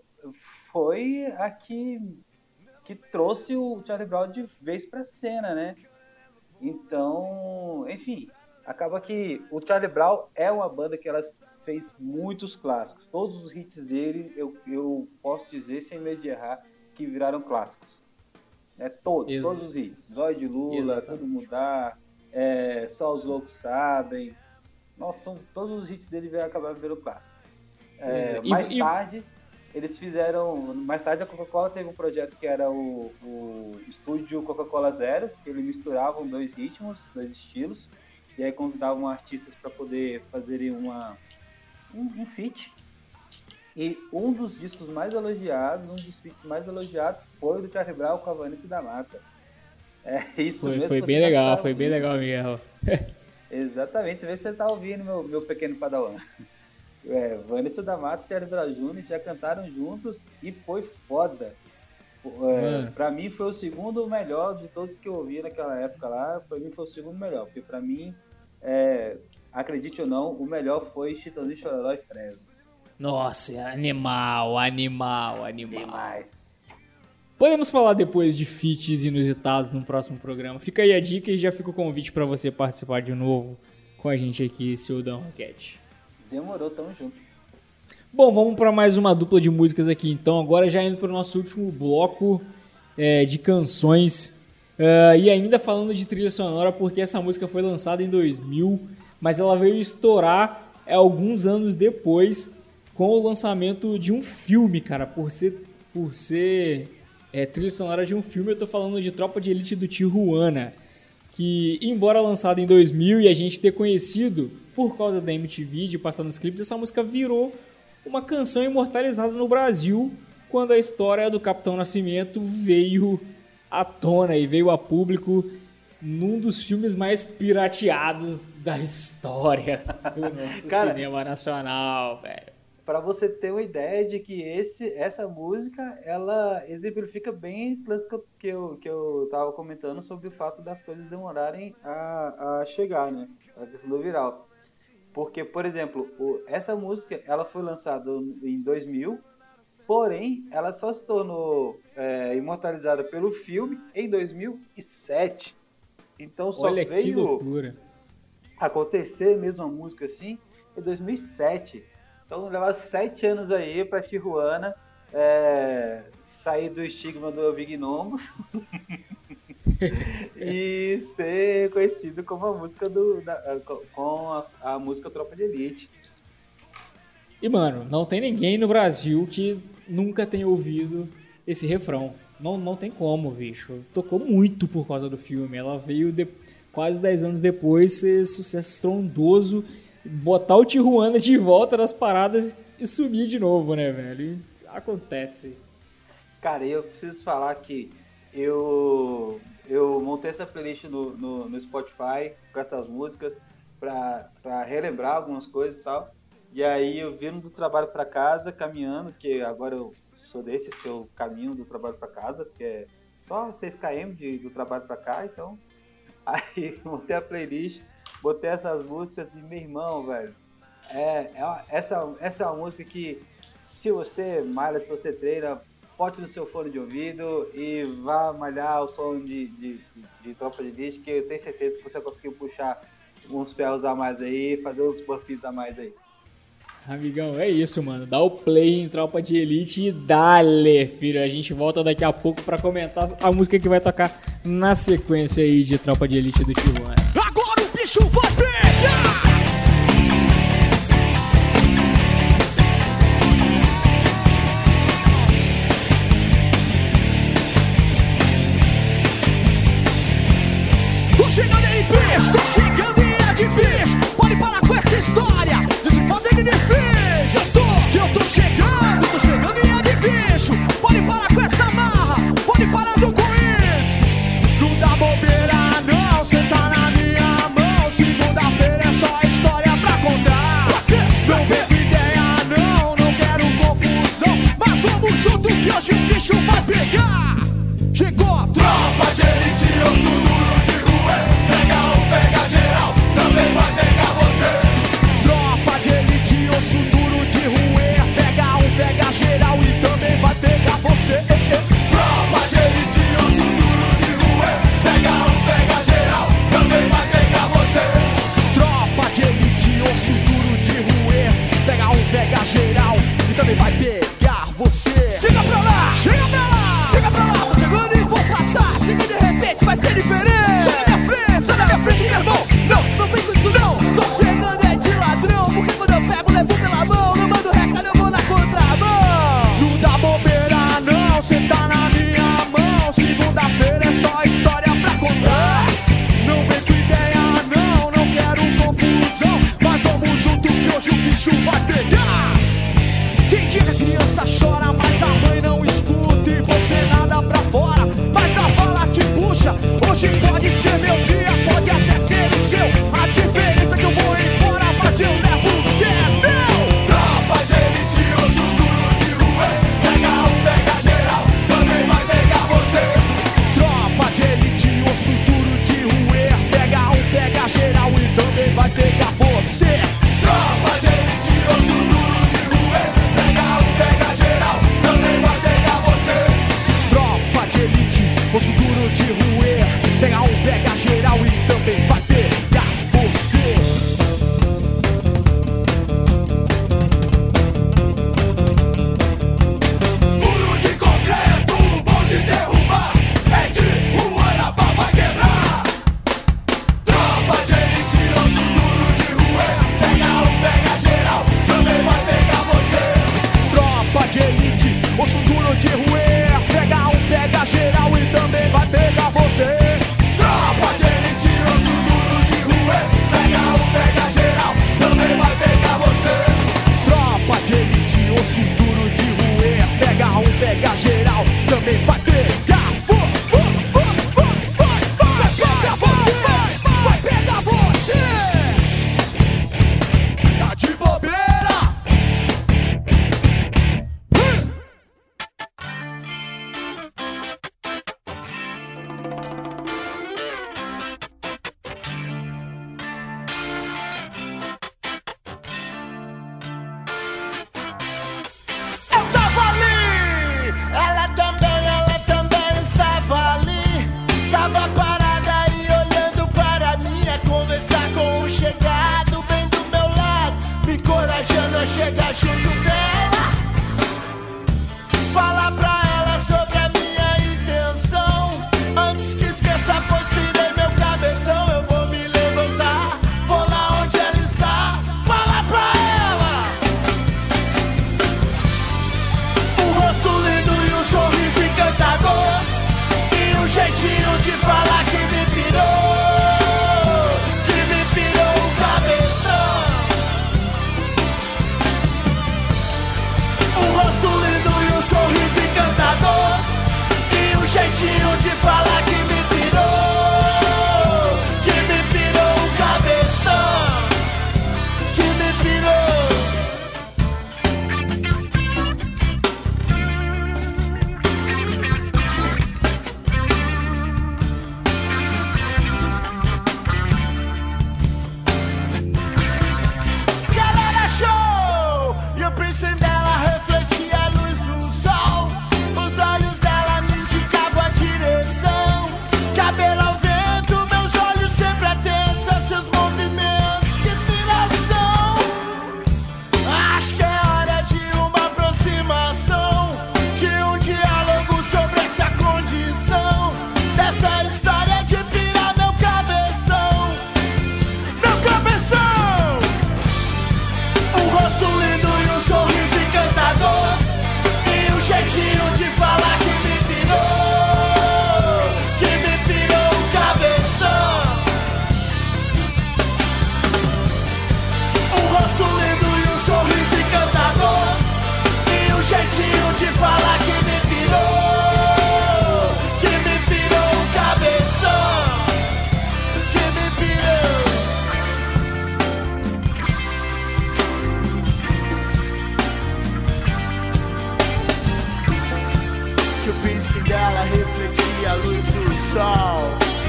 foi a que, que trouxe o Charlie Brown de vez pra cena, né? Então, enfim... Acaba que o Charlie Brown é uma banda que ela fez muitos clássicos. Todos os hits dele, eu, eu posso dizer, sem medo de errar, que viraram clássicos. É, todos,
Ex-
todos os hits. Zóio de Lula,
Exatamente.
Todo Mudar, é, Só os Loucos Sabem. Nossa, são, todos os hits dele acabaram virando clássicos. É,
Pois é. E-
mais
e-
tarde, eles fizeram... Mais tarde, a Coca-Cola teve um projeto que era o, o Estúdio Coca-Cola Zero, que eles misturavam dois ritmos, dois estilos, e aí convidavam artistas para poder fazerem uma, um, um feat. E um dos discos mais elogiados, um dos feats mais elogiados foi o do Charlie Brown com a Vanessa da Mata. É isso
Foi,
mesmo.
foi
que
bem
você
legal,
tá
foi bem
ouvindo.
legal mesmo.
Exatamente, você vê se você tá ouvindo, meu, meu pequeno padawan. É, Vanessa da Mata e Charlie Brown Júnior já cantaram juntos e foi foda. É, pra mim foi o segundo melhor de todos que eu ouvi naquela época lá. Pra mim foi o segundo melhor, porque pra mim, é, acredite ou não, o melhor foi Chitãozinho, Chororó e Fresno.
Nossa, animal, animal, animal.
Demais.
Podemos falar depois de feats inusitados no próximo programa. Fica aí a dica e já fica o convite pra você participar de novo com a gente aqui, seu Dan Roquette.
Demorou, tamo junto.
Bom, vamos para mais uma dupla de músicas aqui então. Agora já indo para o nosso último bloco é, de canções. Uh, e ainda falando de trilha sonora, porque essa música foi lançada em dois mil, mas ela veio estourar é, alguns anos depois com o lançamento de um filme, cara. Por ser, por ser é, trilha sonora de um filme, eu tô falando de Tropa de Elite do Tijuana. Que, embora lançada em dois mil e a gente ter conhecido por causa da M T V, de passar nos clipes, essa música virou uma canção imortalizada no Brasil quando a história do Capitão Nascimento veio à tona e veio a público num dos filmes mais pirateados da história do nosso
Cara,
cinema nacional, velho.
Pra você ter uma ideia de que esse, essa música, ela exemplifica bem esse lance que eu, que, eu, que eu tava comentando sobre o fato das coisas demorarem a, a chegar, né? A questão do viral. Porque, por exemplo, o, essa música, ela foi lançada em dois mil, porém, ela só se tornou é, imortalizada pelo filme em dois mil e sete. Então só
Olha que
veio
loucura.
acontecer mesmo a música assim em dois mil e sete. Então leva sete anos aí pra Tijuana é, sair do estigma do Ouvir Gnomos e ser conhecido como a música do da, com a, a música Tropa de Elite.
E mano, não tem ninguém no Brasil que nunca tenha ouvido esse refrão. Não, não tem como, bicho. Tocou muito por causa do filme. Ela veio de, quase dez anos depois ser sucesso estrondoso, botar o Tijuana de volta nas paradas e sumir de novo, né, velho? E acontece.
Cara, eu preciso falar que eu, eu montei essa playlist no, no, no Spotify com essas músicas pra, pra relembrar algumas coisas e tal. E aí eu vindo do trabalho pra casa, caminhando, que agora eu sou desses que eu caminho do trabalho pra casa, porque é só seis quilômetros de, do trabalho pra cá, então... Aí montei a playlist, botei essas músicas e, meu irmão, velho, é, é uma- essa, essa é uma música que, se você malha, se você treina, bote no seu fone de ouvido e vá malhar o som de, de, de, de Tropa de Elite, que eu tenho certeza que você conseguiu puxar uns ferros a mais aí, fazer uns burpees a mais aí.
Amigão, é isso, mano. Dá o play em Tropa de Elite e dale, filho. A gente volta daqui a pouco pra comentar a música que vai tocar na sequência aí de Tropa de Elite do Tijuana.
Agora o bicho vai pegar! Tô chegando aí, bicho! Tô chegando e é de bicho! Pode parar com essa história de se fazer de difícil! Eu tô, que eu tô chegando! Tô chegando e é de bicho! Pode parar com essa marra! Pode parar com isso! Não dá bobeira não, cê tá na minha mão. Segunda-feira é só história pra contar. Não vejo ideia não, não quero confusão. Mas vamos junto que hoje o bicho vai pegar. Chegou a tropa de elite, eu sou duro de rua. Pega um, pega geral, também vai pegar você. Tropa de elite, osso duro de roer. Pega um, pega geral e também vai pegar você. Tropa de elite, osso duro de roer. Pega um, pega geral, também vai pegar você. Tropa de elite, osso duro de roer. Pega um, pega geral e também vai pegar você. Chega pra lá, chega pra lá, chega pra lá. Tô chegando e vou passar. Chega de repente, vai ser diferente. Sai da minha frente, sai da minha frente, meu irmão. Não, não vem com isso não. Tô chegando é de ladrão, porque quando eu pego, levo pela mão. Não mando recado, eu vou na contramão. Não dá bobeira não, cê tá na minha mão. Segunda-feira é só história pra contar. Não vem com ideia não, não quero confusão. Mas vamos junto que hoje o bicho vai pegar. Tem dia que a criança chora, mas a mãe não escuta e você nada pra fora. Mas a bala te puxa, hoje pode ser meu dia, pode até ser o seu. A diferença é que eu vou embora, mas eu levo o que é meu. Tropa de elite, osso duro de rua. Pega um, pega geral, também vai pegar você. Tropa de elite, osso duro de roer. Pega um, pega geral e também vai pegar você. Tropa de elite, osso duro de roer. Pega um, pega geral, também vai pegar você. Tropa de elite, osso duro de roer. Pega um, pega geral e também vai pegar você. Muro de concreto, bom de derrubar. É de Tijuana, pau vai quebrar. Tropa de elite, osso duro de roer. Pega um, pega geral, também vai pegar você. Tropa de elite, osso duro de roer. Pega um, pega geral e também vai pegar você. Tropa de elite, osso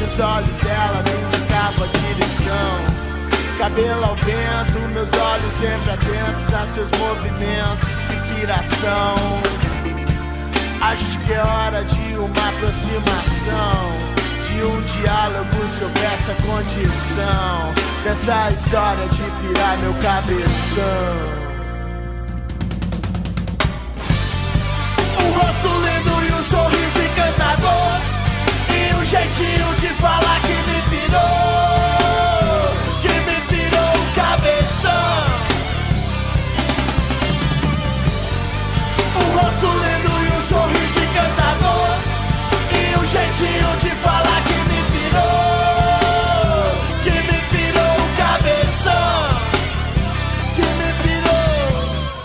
Os olhos dela me indicavam a direção. Cabelo ao vento, meus olhos sempre atentos a seus movimentos, que piração. Acho que é hora de uma aproximação, de um diálogo sobre essa condição, dessa história de pirar meu cabeção. Um rosto lindo e um sorriso encantador, e um jeitinho de falar que me pirou, que me pirou o cabeção. Um rosto lindo e um sorriso encantador, e um jeitinho de falar que me pirou, que me pirou o cabeção, que me pirou.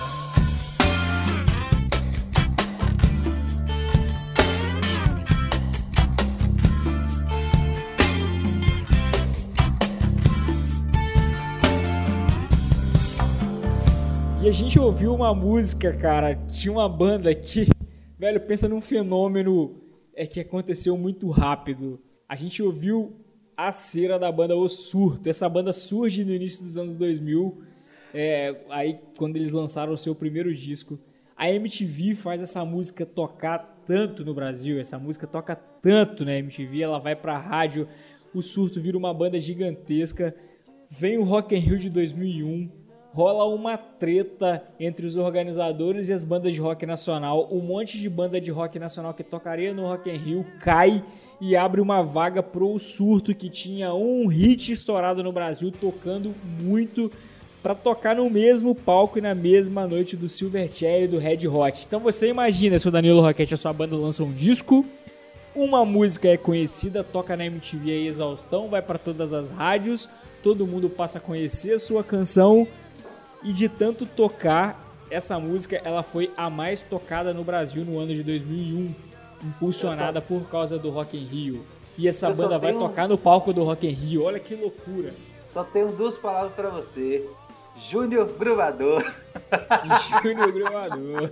E a gente ouviu uma música, cara, tinha uma banda aqui, velho, pensa num fenômeno é, que aconteceu muito rápido. A gente ouviu a cera da banda O Surto. Essa banda surge no início dos anos dois mil, é, aí quando eles lançaram o seu primeiro disco. A M T V faz essa música tocar tanto no Brasil, essa música toca tanto na M T V, ela vai pra rádio, o Surto vira uma banda gigantesca, vem o Rock in Rio de dois mil e um, rola uma treta entre os organizadores e as bandas de rock nacional. Um monte de banda de rock nacional que tocaria no Rock in Rio cai e abre uma vaga pro Surto, que tinha um hit estourado no Brasil, tocando muito, para tocar no mesmo palco e na mesma noite do Silverchair e do Red Hot. Então você imagina se o Danilo Roquette, a sua banda, lança um disco, uma música é conhecida, toca na M T V aí exaustão, vai para todas as rádios, todo mundo passa a conhecer a sua canção. E de tanto tocar, essa música ela foi a mais tocada no Brasil no ano de dois mil e um, impulsionada só... por causa do Rock in Rio. E essa Eu banda vai tenho... tocar no palco do Rock in Rio, olha que loucura.
Só tenho duas palavras pra você: Júnior Gruvador.
Júnior Gruvador.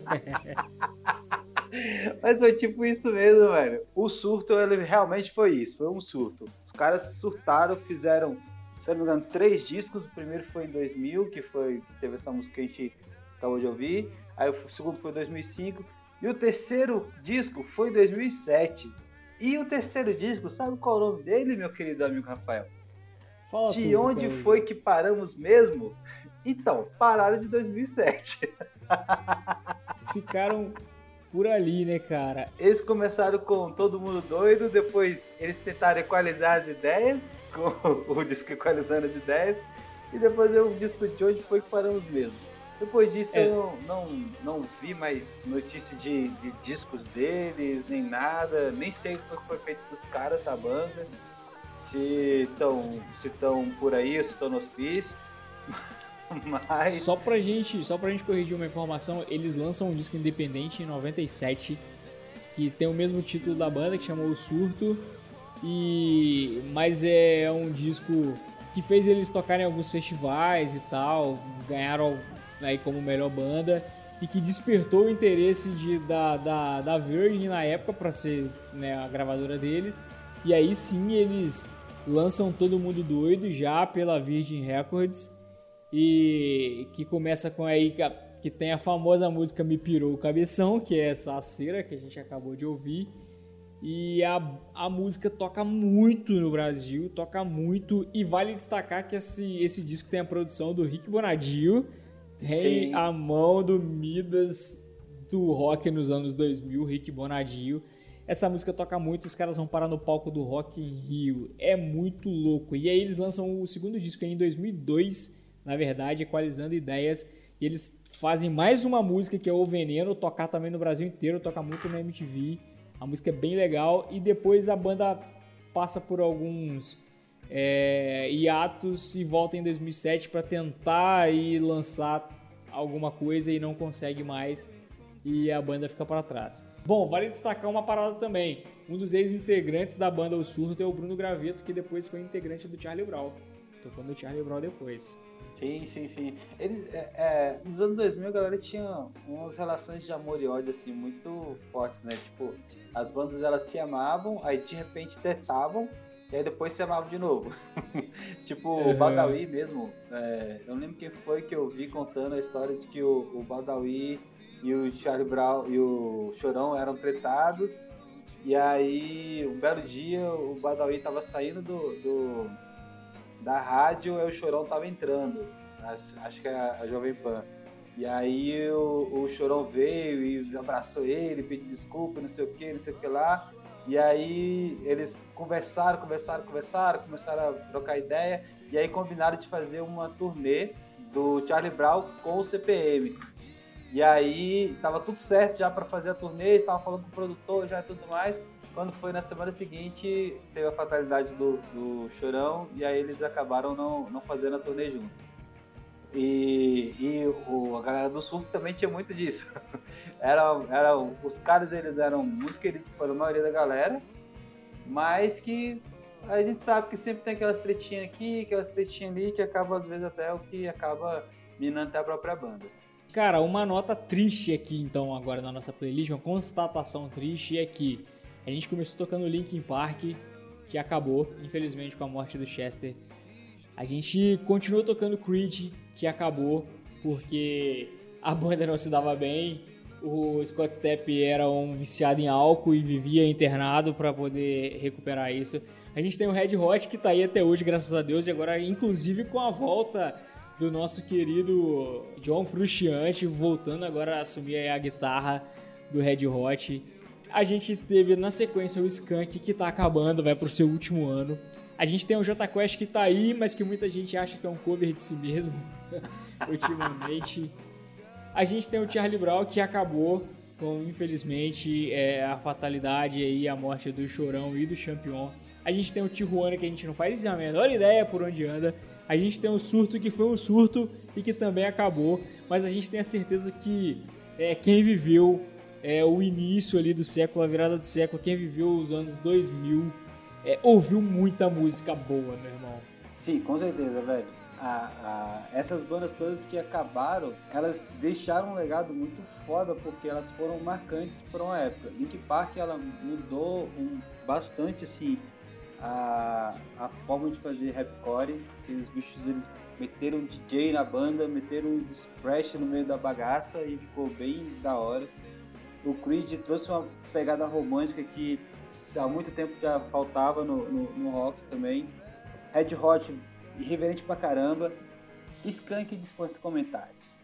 Mas foi tipo isso mesmo, velho. O surto, ele realmente foi isso, foi um surto. Os caras surtaram, fizeram, se eu não me engano, três discos. O primeiro foi em dois mil, que foi, teve essa música que a gente acabou de ouvir. Aí o segundo foi em dois mil e cinco. E o terceiro disco foi em dois mil e sete. E o terceiro disco, sabe qual é o nome dele, meu querido amigo Rafael?
Fala
de
tudo,
onde
cara.
foi que paramos mesmo? Então, pararam de dois mil e sete.
Ficaram por ali, né, cara?
Eles começaram com Todo Mundo Doido, depois eles tentaram equalizar as ideias, com o disco Equalizando as Ideias, e depois veio o disco de onde foi que paramos mesmo. Depois disso
É.
eu não, não, não vi mais notícia de, de discos deles, nem nada, nem sei o que foi feito dos caras da banda, se estão se tão por aí ou se estão no hospício. Mas...
Só pra gente, só pra gente corrigir uma informação, eles lançam um disco independente em noventa e sete, que tem o mesmo título da banda, que chamou O Surto, e mas é um disco que fez eles tocarem em alguns festivais e tal, ganharam aí como melhor banda, e que despertou o interesse de, da, da, da Virgin na época para ser, né, a gravadora deles, e aí sim eles lançam Todo Mundo Doido já pela Virgin Records, e que começa com aí que tem a famosa música Me Pirou o Cabeção, que é essa cera que a gente acabou de ouvir. E a, a música toca muito no Brasil, toca muito, e vale destacar que esse, esse disco tem a produção do Rick Bonadio, tem
Sim.
a mão do Midas do rock nos anos dois mil, Rick Bonadio. Essa música toca muito, os caras vão parar no palco do Rock in Rio, é muito louco. E aí eles lançam o segundo disco em dois mil e dois, na verdade, Equalizando Ideias, e eles fazem mais uma música que é O Veneno, tocar também no Brasil inteiro, toca muito na M T V, a música é bem legal, e depois a banda passa por alguns é, hiatos e volta em dois mil e sete para tentar e lançar alguma coisa e não consegue mais, e a banda fica para trás. Bom, vale destacar uma parada também, um dos ex-integrantes da banda O Surto é o Bruno Graveto, que depois foi integrante do Charlie Brown, tocou no Charlie Brown depois.
Sim, sim, sim. Eles, é, é, nos anos dois mil a galera tinha umas relações de amor e ódio assim, muito fortes, né? Tipo, as bandas elas se amavam, aí de repente tretavam, e aí depois se amavam de novo. Tipo, o
Uhum.
Badawi mesmo, é, eu não lembro quem foi que eu vi contando a história de que o, o Badawi e o Charlie Brown e o Chorão eram tretados, e aí um belo dia o Badawi tava saindo do, do- da rádio e o Chorão tava entrando, acho, acho que é a, a Jovem Pan. E aí o, o Chorão veio e abraçou ele, pediu desculpa, não sei o que, não sei o que lá. E aí eles conversaram, conversaram, conversaram, começaram a trocar ideia. E aí combinaram de fazer uma turnê do Charlie Brown com o C P M. E aí tava tudo certo já para fazer a turnê, estava falando com o produtor já e tudo mais. Quando foi na semana seguinte, teve a fatalidade do, do Chorão e aí eles acabaram não, não fazendo a turnê junto. E, e o, a galera do surto também tinha muito disso. Era, era, os caras eles eram muito queridos pela maioria da galera, mas que a gente sabe que sempre tem aquelas tretinhas aqui, aquelas tretinhas ali, que acaba às vezes até o que acaba minando até a própria banda.
Cara, uma nota triste aqui então agora na nossa playlist, uma constatação triste é que a gente começou tocando Linkin Park, que acabou, infelizmente, com a morte do Chester. A gente continuou tocando Creed, que acabou porque a banda não se dava bem. O Scott Stapp era um viciado em álcool e vivia internado para poder recuperar isso. A gente tem o Red Hot, que tá aí até hoje, graças a Deus, e agora inclusive com a volta do nosso querido John Frusciante, voltando agora a assumir aí a guitarra do Red Hot. A gente teve na sequência o Skank, que tá acabando, vai pro seu último ano. A gente tem o Jota Quest, que tá aí, mas que muita gente acha que é um cover de si mesmo, ultimamente. A gente tem o Charlie Brown, que acabou com, infelizmente, é, a fatalidade aí, a morte do Chorão e do Champion. A gente tem o Tijuana, que a gente não faz a menor ideia por onde anda. A gente tem o Surto, que foi um surto e que também acabou. Mas a gente tem a certeza que é, quem viveu é, o início ali do século, a virada do século, quem viveu os anos dois mil, é, ouviu muita música boa, meu irmão.
Sim, com certeza, velho. A, a, essas bandas todas que acabaram, elas deixaram um legado muito foda, porque elas foram marcantes por uma época. Linkin Park, ela mudou um, bastante, assim, a, a forma de fazer rapcore. Aqueles bichos, eles meteram um D J na banda, meteram uns scratch no meio da bagaça e ficou bem da hora. O Creed trouxe uma pegada romântica que há muito tempo já faltava no, no, no rock também. Red Hot, irreverente pra caramba. Skank dispensa comentários.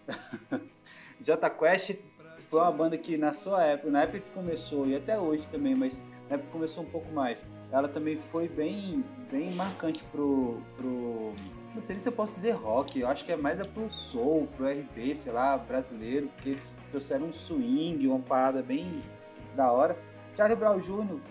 Jota Quest foi uma banda que na sua época, na época que começou, e até hoje também, mas na época que começou um pouco mais, ela também foi bem, bem marcante pro, pro... Não sei se eu posso dizer rock, eu acho que é mais é pro soul, pro R B, sei lá, brasileiro, porque eles trouxeram um swing, uma parada bem da hora. Charlie Brown Júnior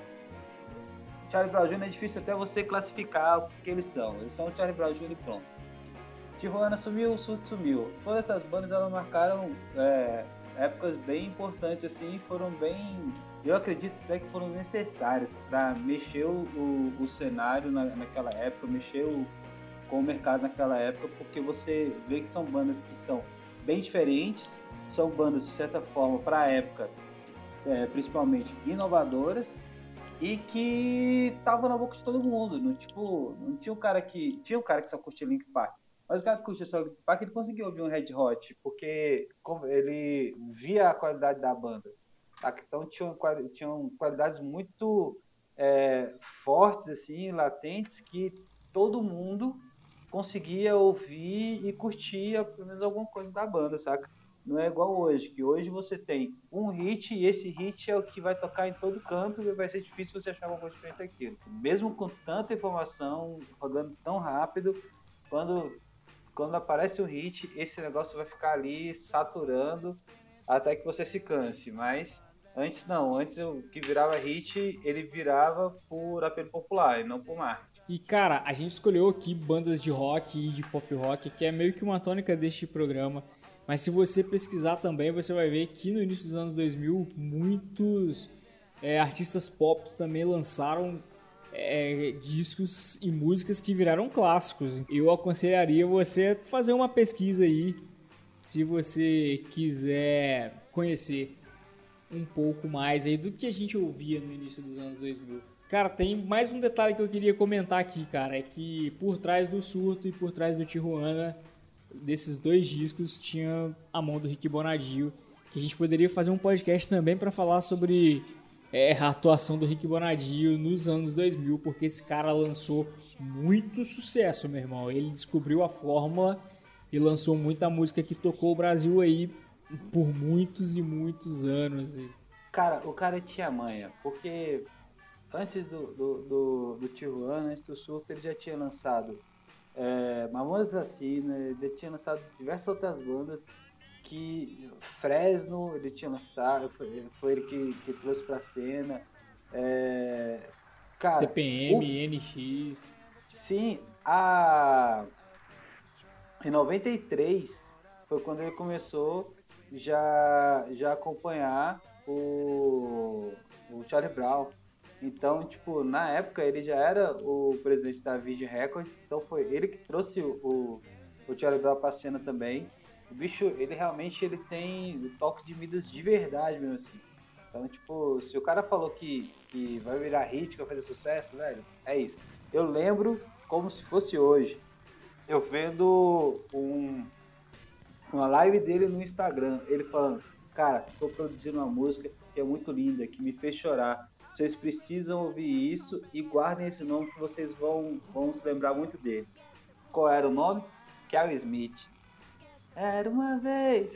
Charlie Brown Júnior é difícil até você classificar o que eles são. Eles são o Charlie Brown Júnior e pronto. Tijuana sumiu, o Surto sumiu. Todas essas bandas elas marcaram é, épocas bem importantes assim, foram bem, eu acredito até que foram necessárias para mexer o, o, o cenário na, naquela época, mexer o, com o mercado naquela época, porque você vê que são bandas que são bem diferentes, são bandas de certa forma para a época, é, principalmente inovadoras, e que estavam na boca de todo mundo. Não, tipo, não tinha um cara que. Tinha um cara que só curtia Linkin Park. Mas o cara que curtia só Linkin Park, ele conseguiu ouvir um Red Hot, porque ele via a qualidade da banda. Tá? Então tinham, tinham qualidades muito é, fortes, assim, latentes, que todo mundo conseguia ouvir e curtia pelo menos alguma coisa da banda, saca? Não é igual hoje, que hoje você tem um hit e esse hit é o que vai tocar em todo canto e vai ser difícil você achar alguma coisa diferente daquilo. Mesmo com tanta informação, rodando tão rápido, quando, quando aparece o hit, esse negócio vai ficar ali saturando até que você se canse. Mas antes não, antes o que virava hit, ele virava por apelo popular e não por marketing.
E cara, a gente escolheu aqui bandas de rock e de pop rock, que é meio que uma tônica deste programa. Mas se você pesquisar também, você vai ver que no início dos anos dois mil, muitos é, artistas pop também lançaram é, discos e músicas que viraram clássicos. Eu aconselharia você fazer uma pesquisa aí, se você quiser conhecer um pouco mais aí do que a gente ouvia no início dos anos dois mil. Cara, tem mais um detalhe que eu queria comentar aqui, cara. É que por trás do Surto e por trás do Tijuana, desses dois discos, tinha a mão do Rick Bonadio. Que a gente poderia fazer um podcast também pra falar sobre é, a atuação do Rick Bonadio nos anos dois mil. Porque esse cara lançou muito sucesso, meu irmão. Ele descobriu a fórmula e lançou muita música que tocou o Brasil aí por muitos e muitos anos.
Cara, o cara tinha manha, porque antes do, do, do, do Tijuana, antes do Surto, ele já tinha lançado é, Mamonas Assassinas, ele já tinha lançado diversas outras bandas, que Fresno ele tinha lançado, foi, foi ele que, que trouxe pra cena. É, cara,
C P M,
o,
N X.
Sim, a, em noventa e três foi quando ele começou já, já acompanhar o, o Charlie Brown. Então, tipo, na época ele já era o presidente da Virgin Records, então foi ele que trouxe o, o Charlie Brown pra cena também. O bicho, ele realmente ele tem o toque de Midas de verdade mesmo assim. Então, tipo, se o cara falou que, que vai virar hit, que vai fazer sucesso, velho, é isso. Eu lembro como se fosse hoje, eu vendo um, uma live dele no Instagram, ele falando, cara, tô produzindo uma música que é muito linda, que me fez chorar. Vocês precisam ouvir isso e guardem esse nome que vocês vão, vão se lembrar muito dele. Qual era o nome? Kel Smith. Era uma vez.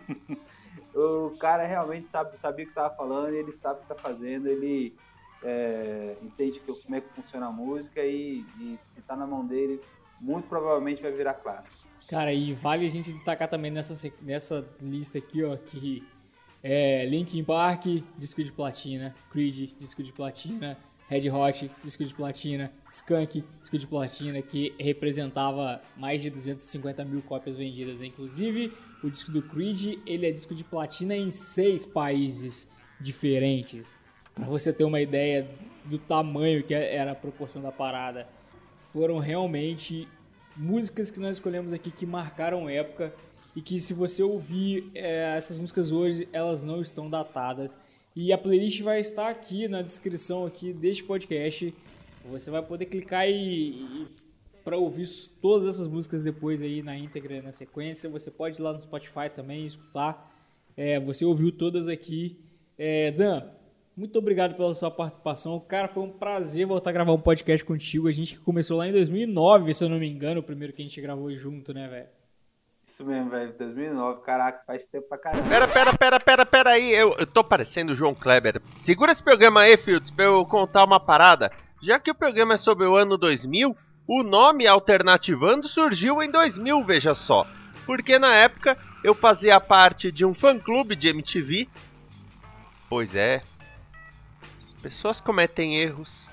O cara realmente sabe, sabia o que estava falando, ele sabe o que está fazendo, ele é, entende que, como é que funciona a música e, e se está na mão dele, muito provavelmente vai virar clássico.
Cara, e vale a gente destacar também nessa, nessa lista aqui, ó, que é Linkin Park, disco de platina, Creed, disco de platina, Red Hot, disco de platina, Skunk, disco de platina, que representava mais de duzentas e cinquenta mil cópias vendidas, né? Inclusive, o disco do Creed, ele é disco de platina em seis países diferentes. Pra você ter uma ideia do tamanho que era a proporção da parada. Foram realmente músicas que nós escolhemos aqui que marcaram época e que, se você ouvir é, essas músicas hoje, elas não estão datadas. E a playlist vai estar aqui na descrição aqui deste podcast. Você vai poder clicar e, e para ouvir todas essas músicas depois aí na íntegra, na sequência. Você pode ir lá no Spotify também e escutar. É, você ouviu todas aqui. É, Dan, muito obrigado pela sua participação. Cara, foi um prazer voltar a gravar um podcast contigo. A gente começou lá em dois mil e nove, se eu não me engano, o primeiro que a gente gravou junto, né, velho?
Isso mesmo, velho, dois mil e nove, caraca, faz tempo pra caramba.
Pera, pera, pera, pera, pera aí, eu, eu tô parecendo o João Kleber. Segura esse programa aí, Fields, pra eu contar uma parada. Já que o programa é sobre o ano dois mil, o nome Alternativando surgiu em dois mil, veja só. Porque na época eu fazia parte de um fã-clube de M T V. Pois é, as pessoas cometem erros.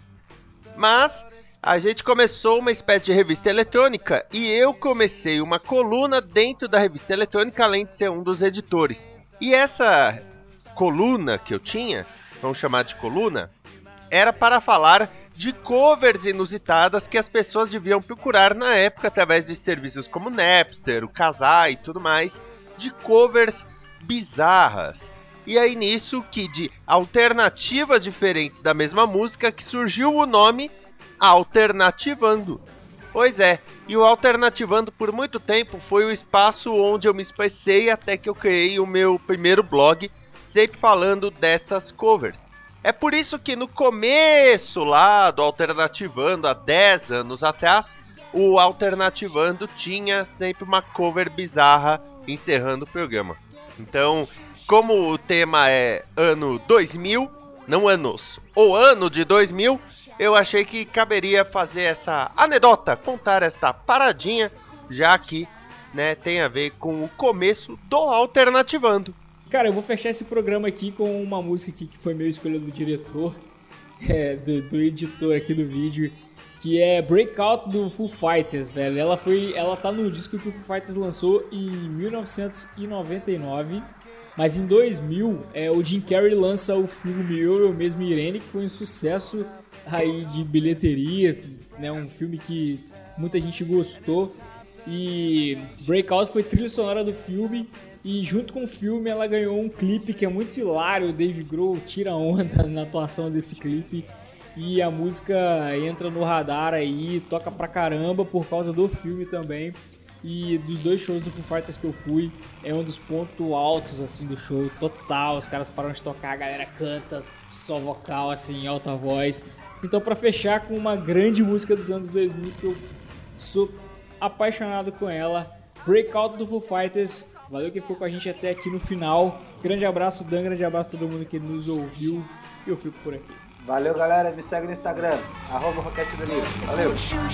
Mas a gente começou uma espécie de revista eletrônica e eu comecei uma coluna dentro da revista eletrônica, além de ser um dos editores. E essa coluna que eu tinha, vamos chamar de coluna, era para falar de covers inusitadas que as pessoas deviam procurar na época através de serviços como Napster, o Kazaa e tudo mais, de covers bizarras. E aí nisso que de alternativas diferentes da mesma música que surgiu o nome Alternativando. Pois é, e o Alternativando por muito tempo foi o espaço onde eu me expressei até que eu criei o meu primeiro blog, sempre falando dessas covers. É por isso que no começo lá do Alternativando, há dez anos atrás, o Alternativando tinha sempre uma cover bizarra encerrando o programa. Então, como o tema é ano dois mil, não anos, o ano de dois mil, eu achei que caberia fazer essa anedota, contar esta paradinha, já que, né, tem a ver com o começo do Alternativando.
Cara, eu vou fechar esse programa aqui com uma música aqui que foi meu escolha do diretor, é, do, do editor aqui do vídeo, que é Breakout do Foo Fighters, velho. Ela foi, ela tá no disco que o Foo Fighters lançou em mil novecentos e noventa e nove. Mas em dois mil, é, o Jim Carrey lança o filme Eu, Eu Mesmo e Irene, que foi um sucesso aí de bilheterias, né, um filme que muita gente gostou. E Breakout foi trilha sonora do filme, e junto com o filme ela ganhou um clipe que é muito hilário. O Dave Grohl tira onda na atuação desse clipe. E a música entra no radar aí, toca pra caramba por causa do filme também. E dos dois shows do Foo Fighters que eu fui, é um dos pontos altos assim do show, total. Os caras param de tocar, a galera canta só vocal assim, alta voz. Então, pra fechar com uma grande música dos anos dois mil que eu sou apaixonado com ela, Breakout do Foo Fighters. Valeu que ficou com a gente até aqui no final. Grande abraço, Dan, grande abraço a todo mundo que nos ouviu. E eu fico por aqui.
Valeu, galera. Me segue no Instagram, arroba Roquete do Livro. Valeu.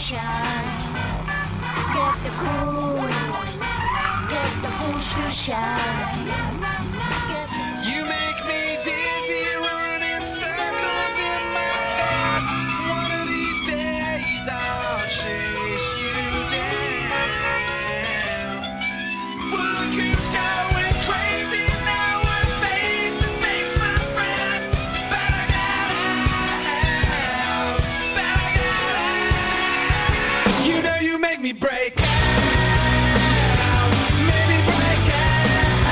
Get the cool, get the full shoe shine.
You make me dizzy, running circles in my head. One of these days I'll chase you down. Well, look who's going crazy now. We're face to face, my friend. Better get out, better get out. You know you make me break out. Maybe break out.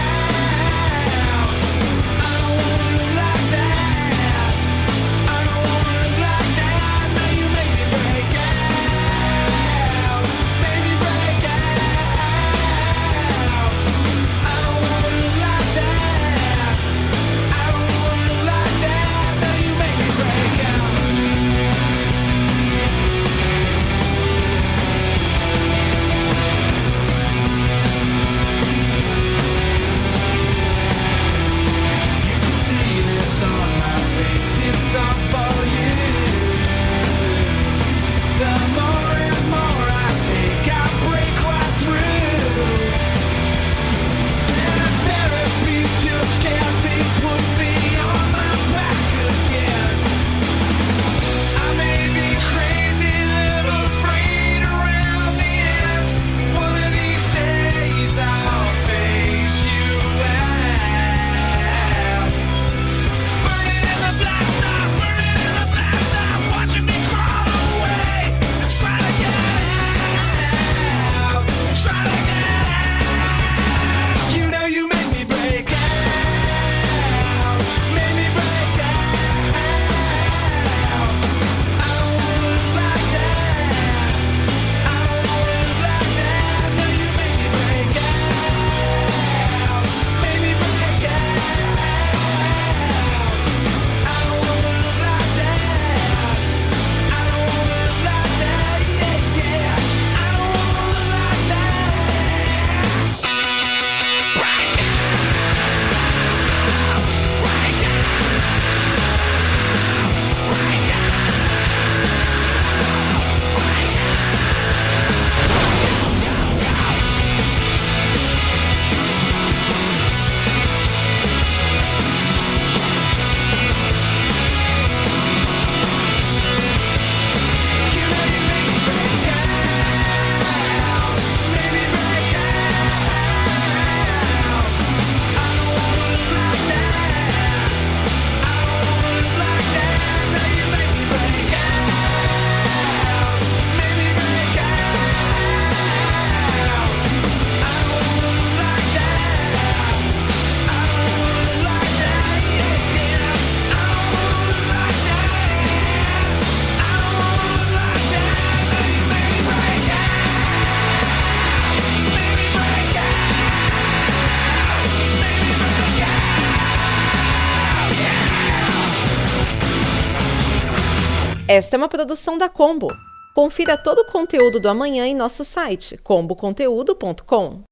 I don't wanna look like that. I don't wanna look like that. Now you make me break out. Maybe break out. I don't wanna look like that. I don't wanna look like that. Now you make me break out. You can see this on my face, it's all for you. The more and more I take, I break right through. And therapy still scares me, put me on my back again. I may be crazy, little afraid around the ends. One of these days I'll face you out. Burn it in the blast off, burn it in the blast off. Watching me crawl away, try to get out, try to get out. You know you make me break out, make me break out. I don't wanna look like that. I don't wanna look like that. Now you make me break out, make me break out. I don't wanna look like that. I don't wanna look like that. Yeah, yeah. I don't wanna look like that. Break out, break out, break out, break You know you make me break out, make me break out. I don't wanna look like that. I don't wanna look like that. Now you make me break out, make me break out. I don't wanna look like that. I don't wanna look like that. Yeah, yeah. I don't wanna look like that. I don't wanna look like that. Now you make me break out, make me break out, make me break out. Yeah.
Esta é uma produção da Combo. Confira todo o conteúdo do amanhã em nosso site combo conteúdo ponto com.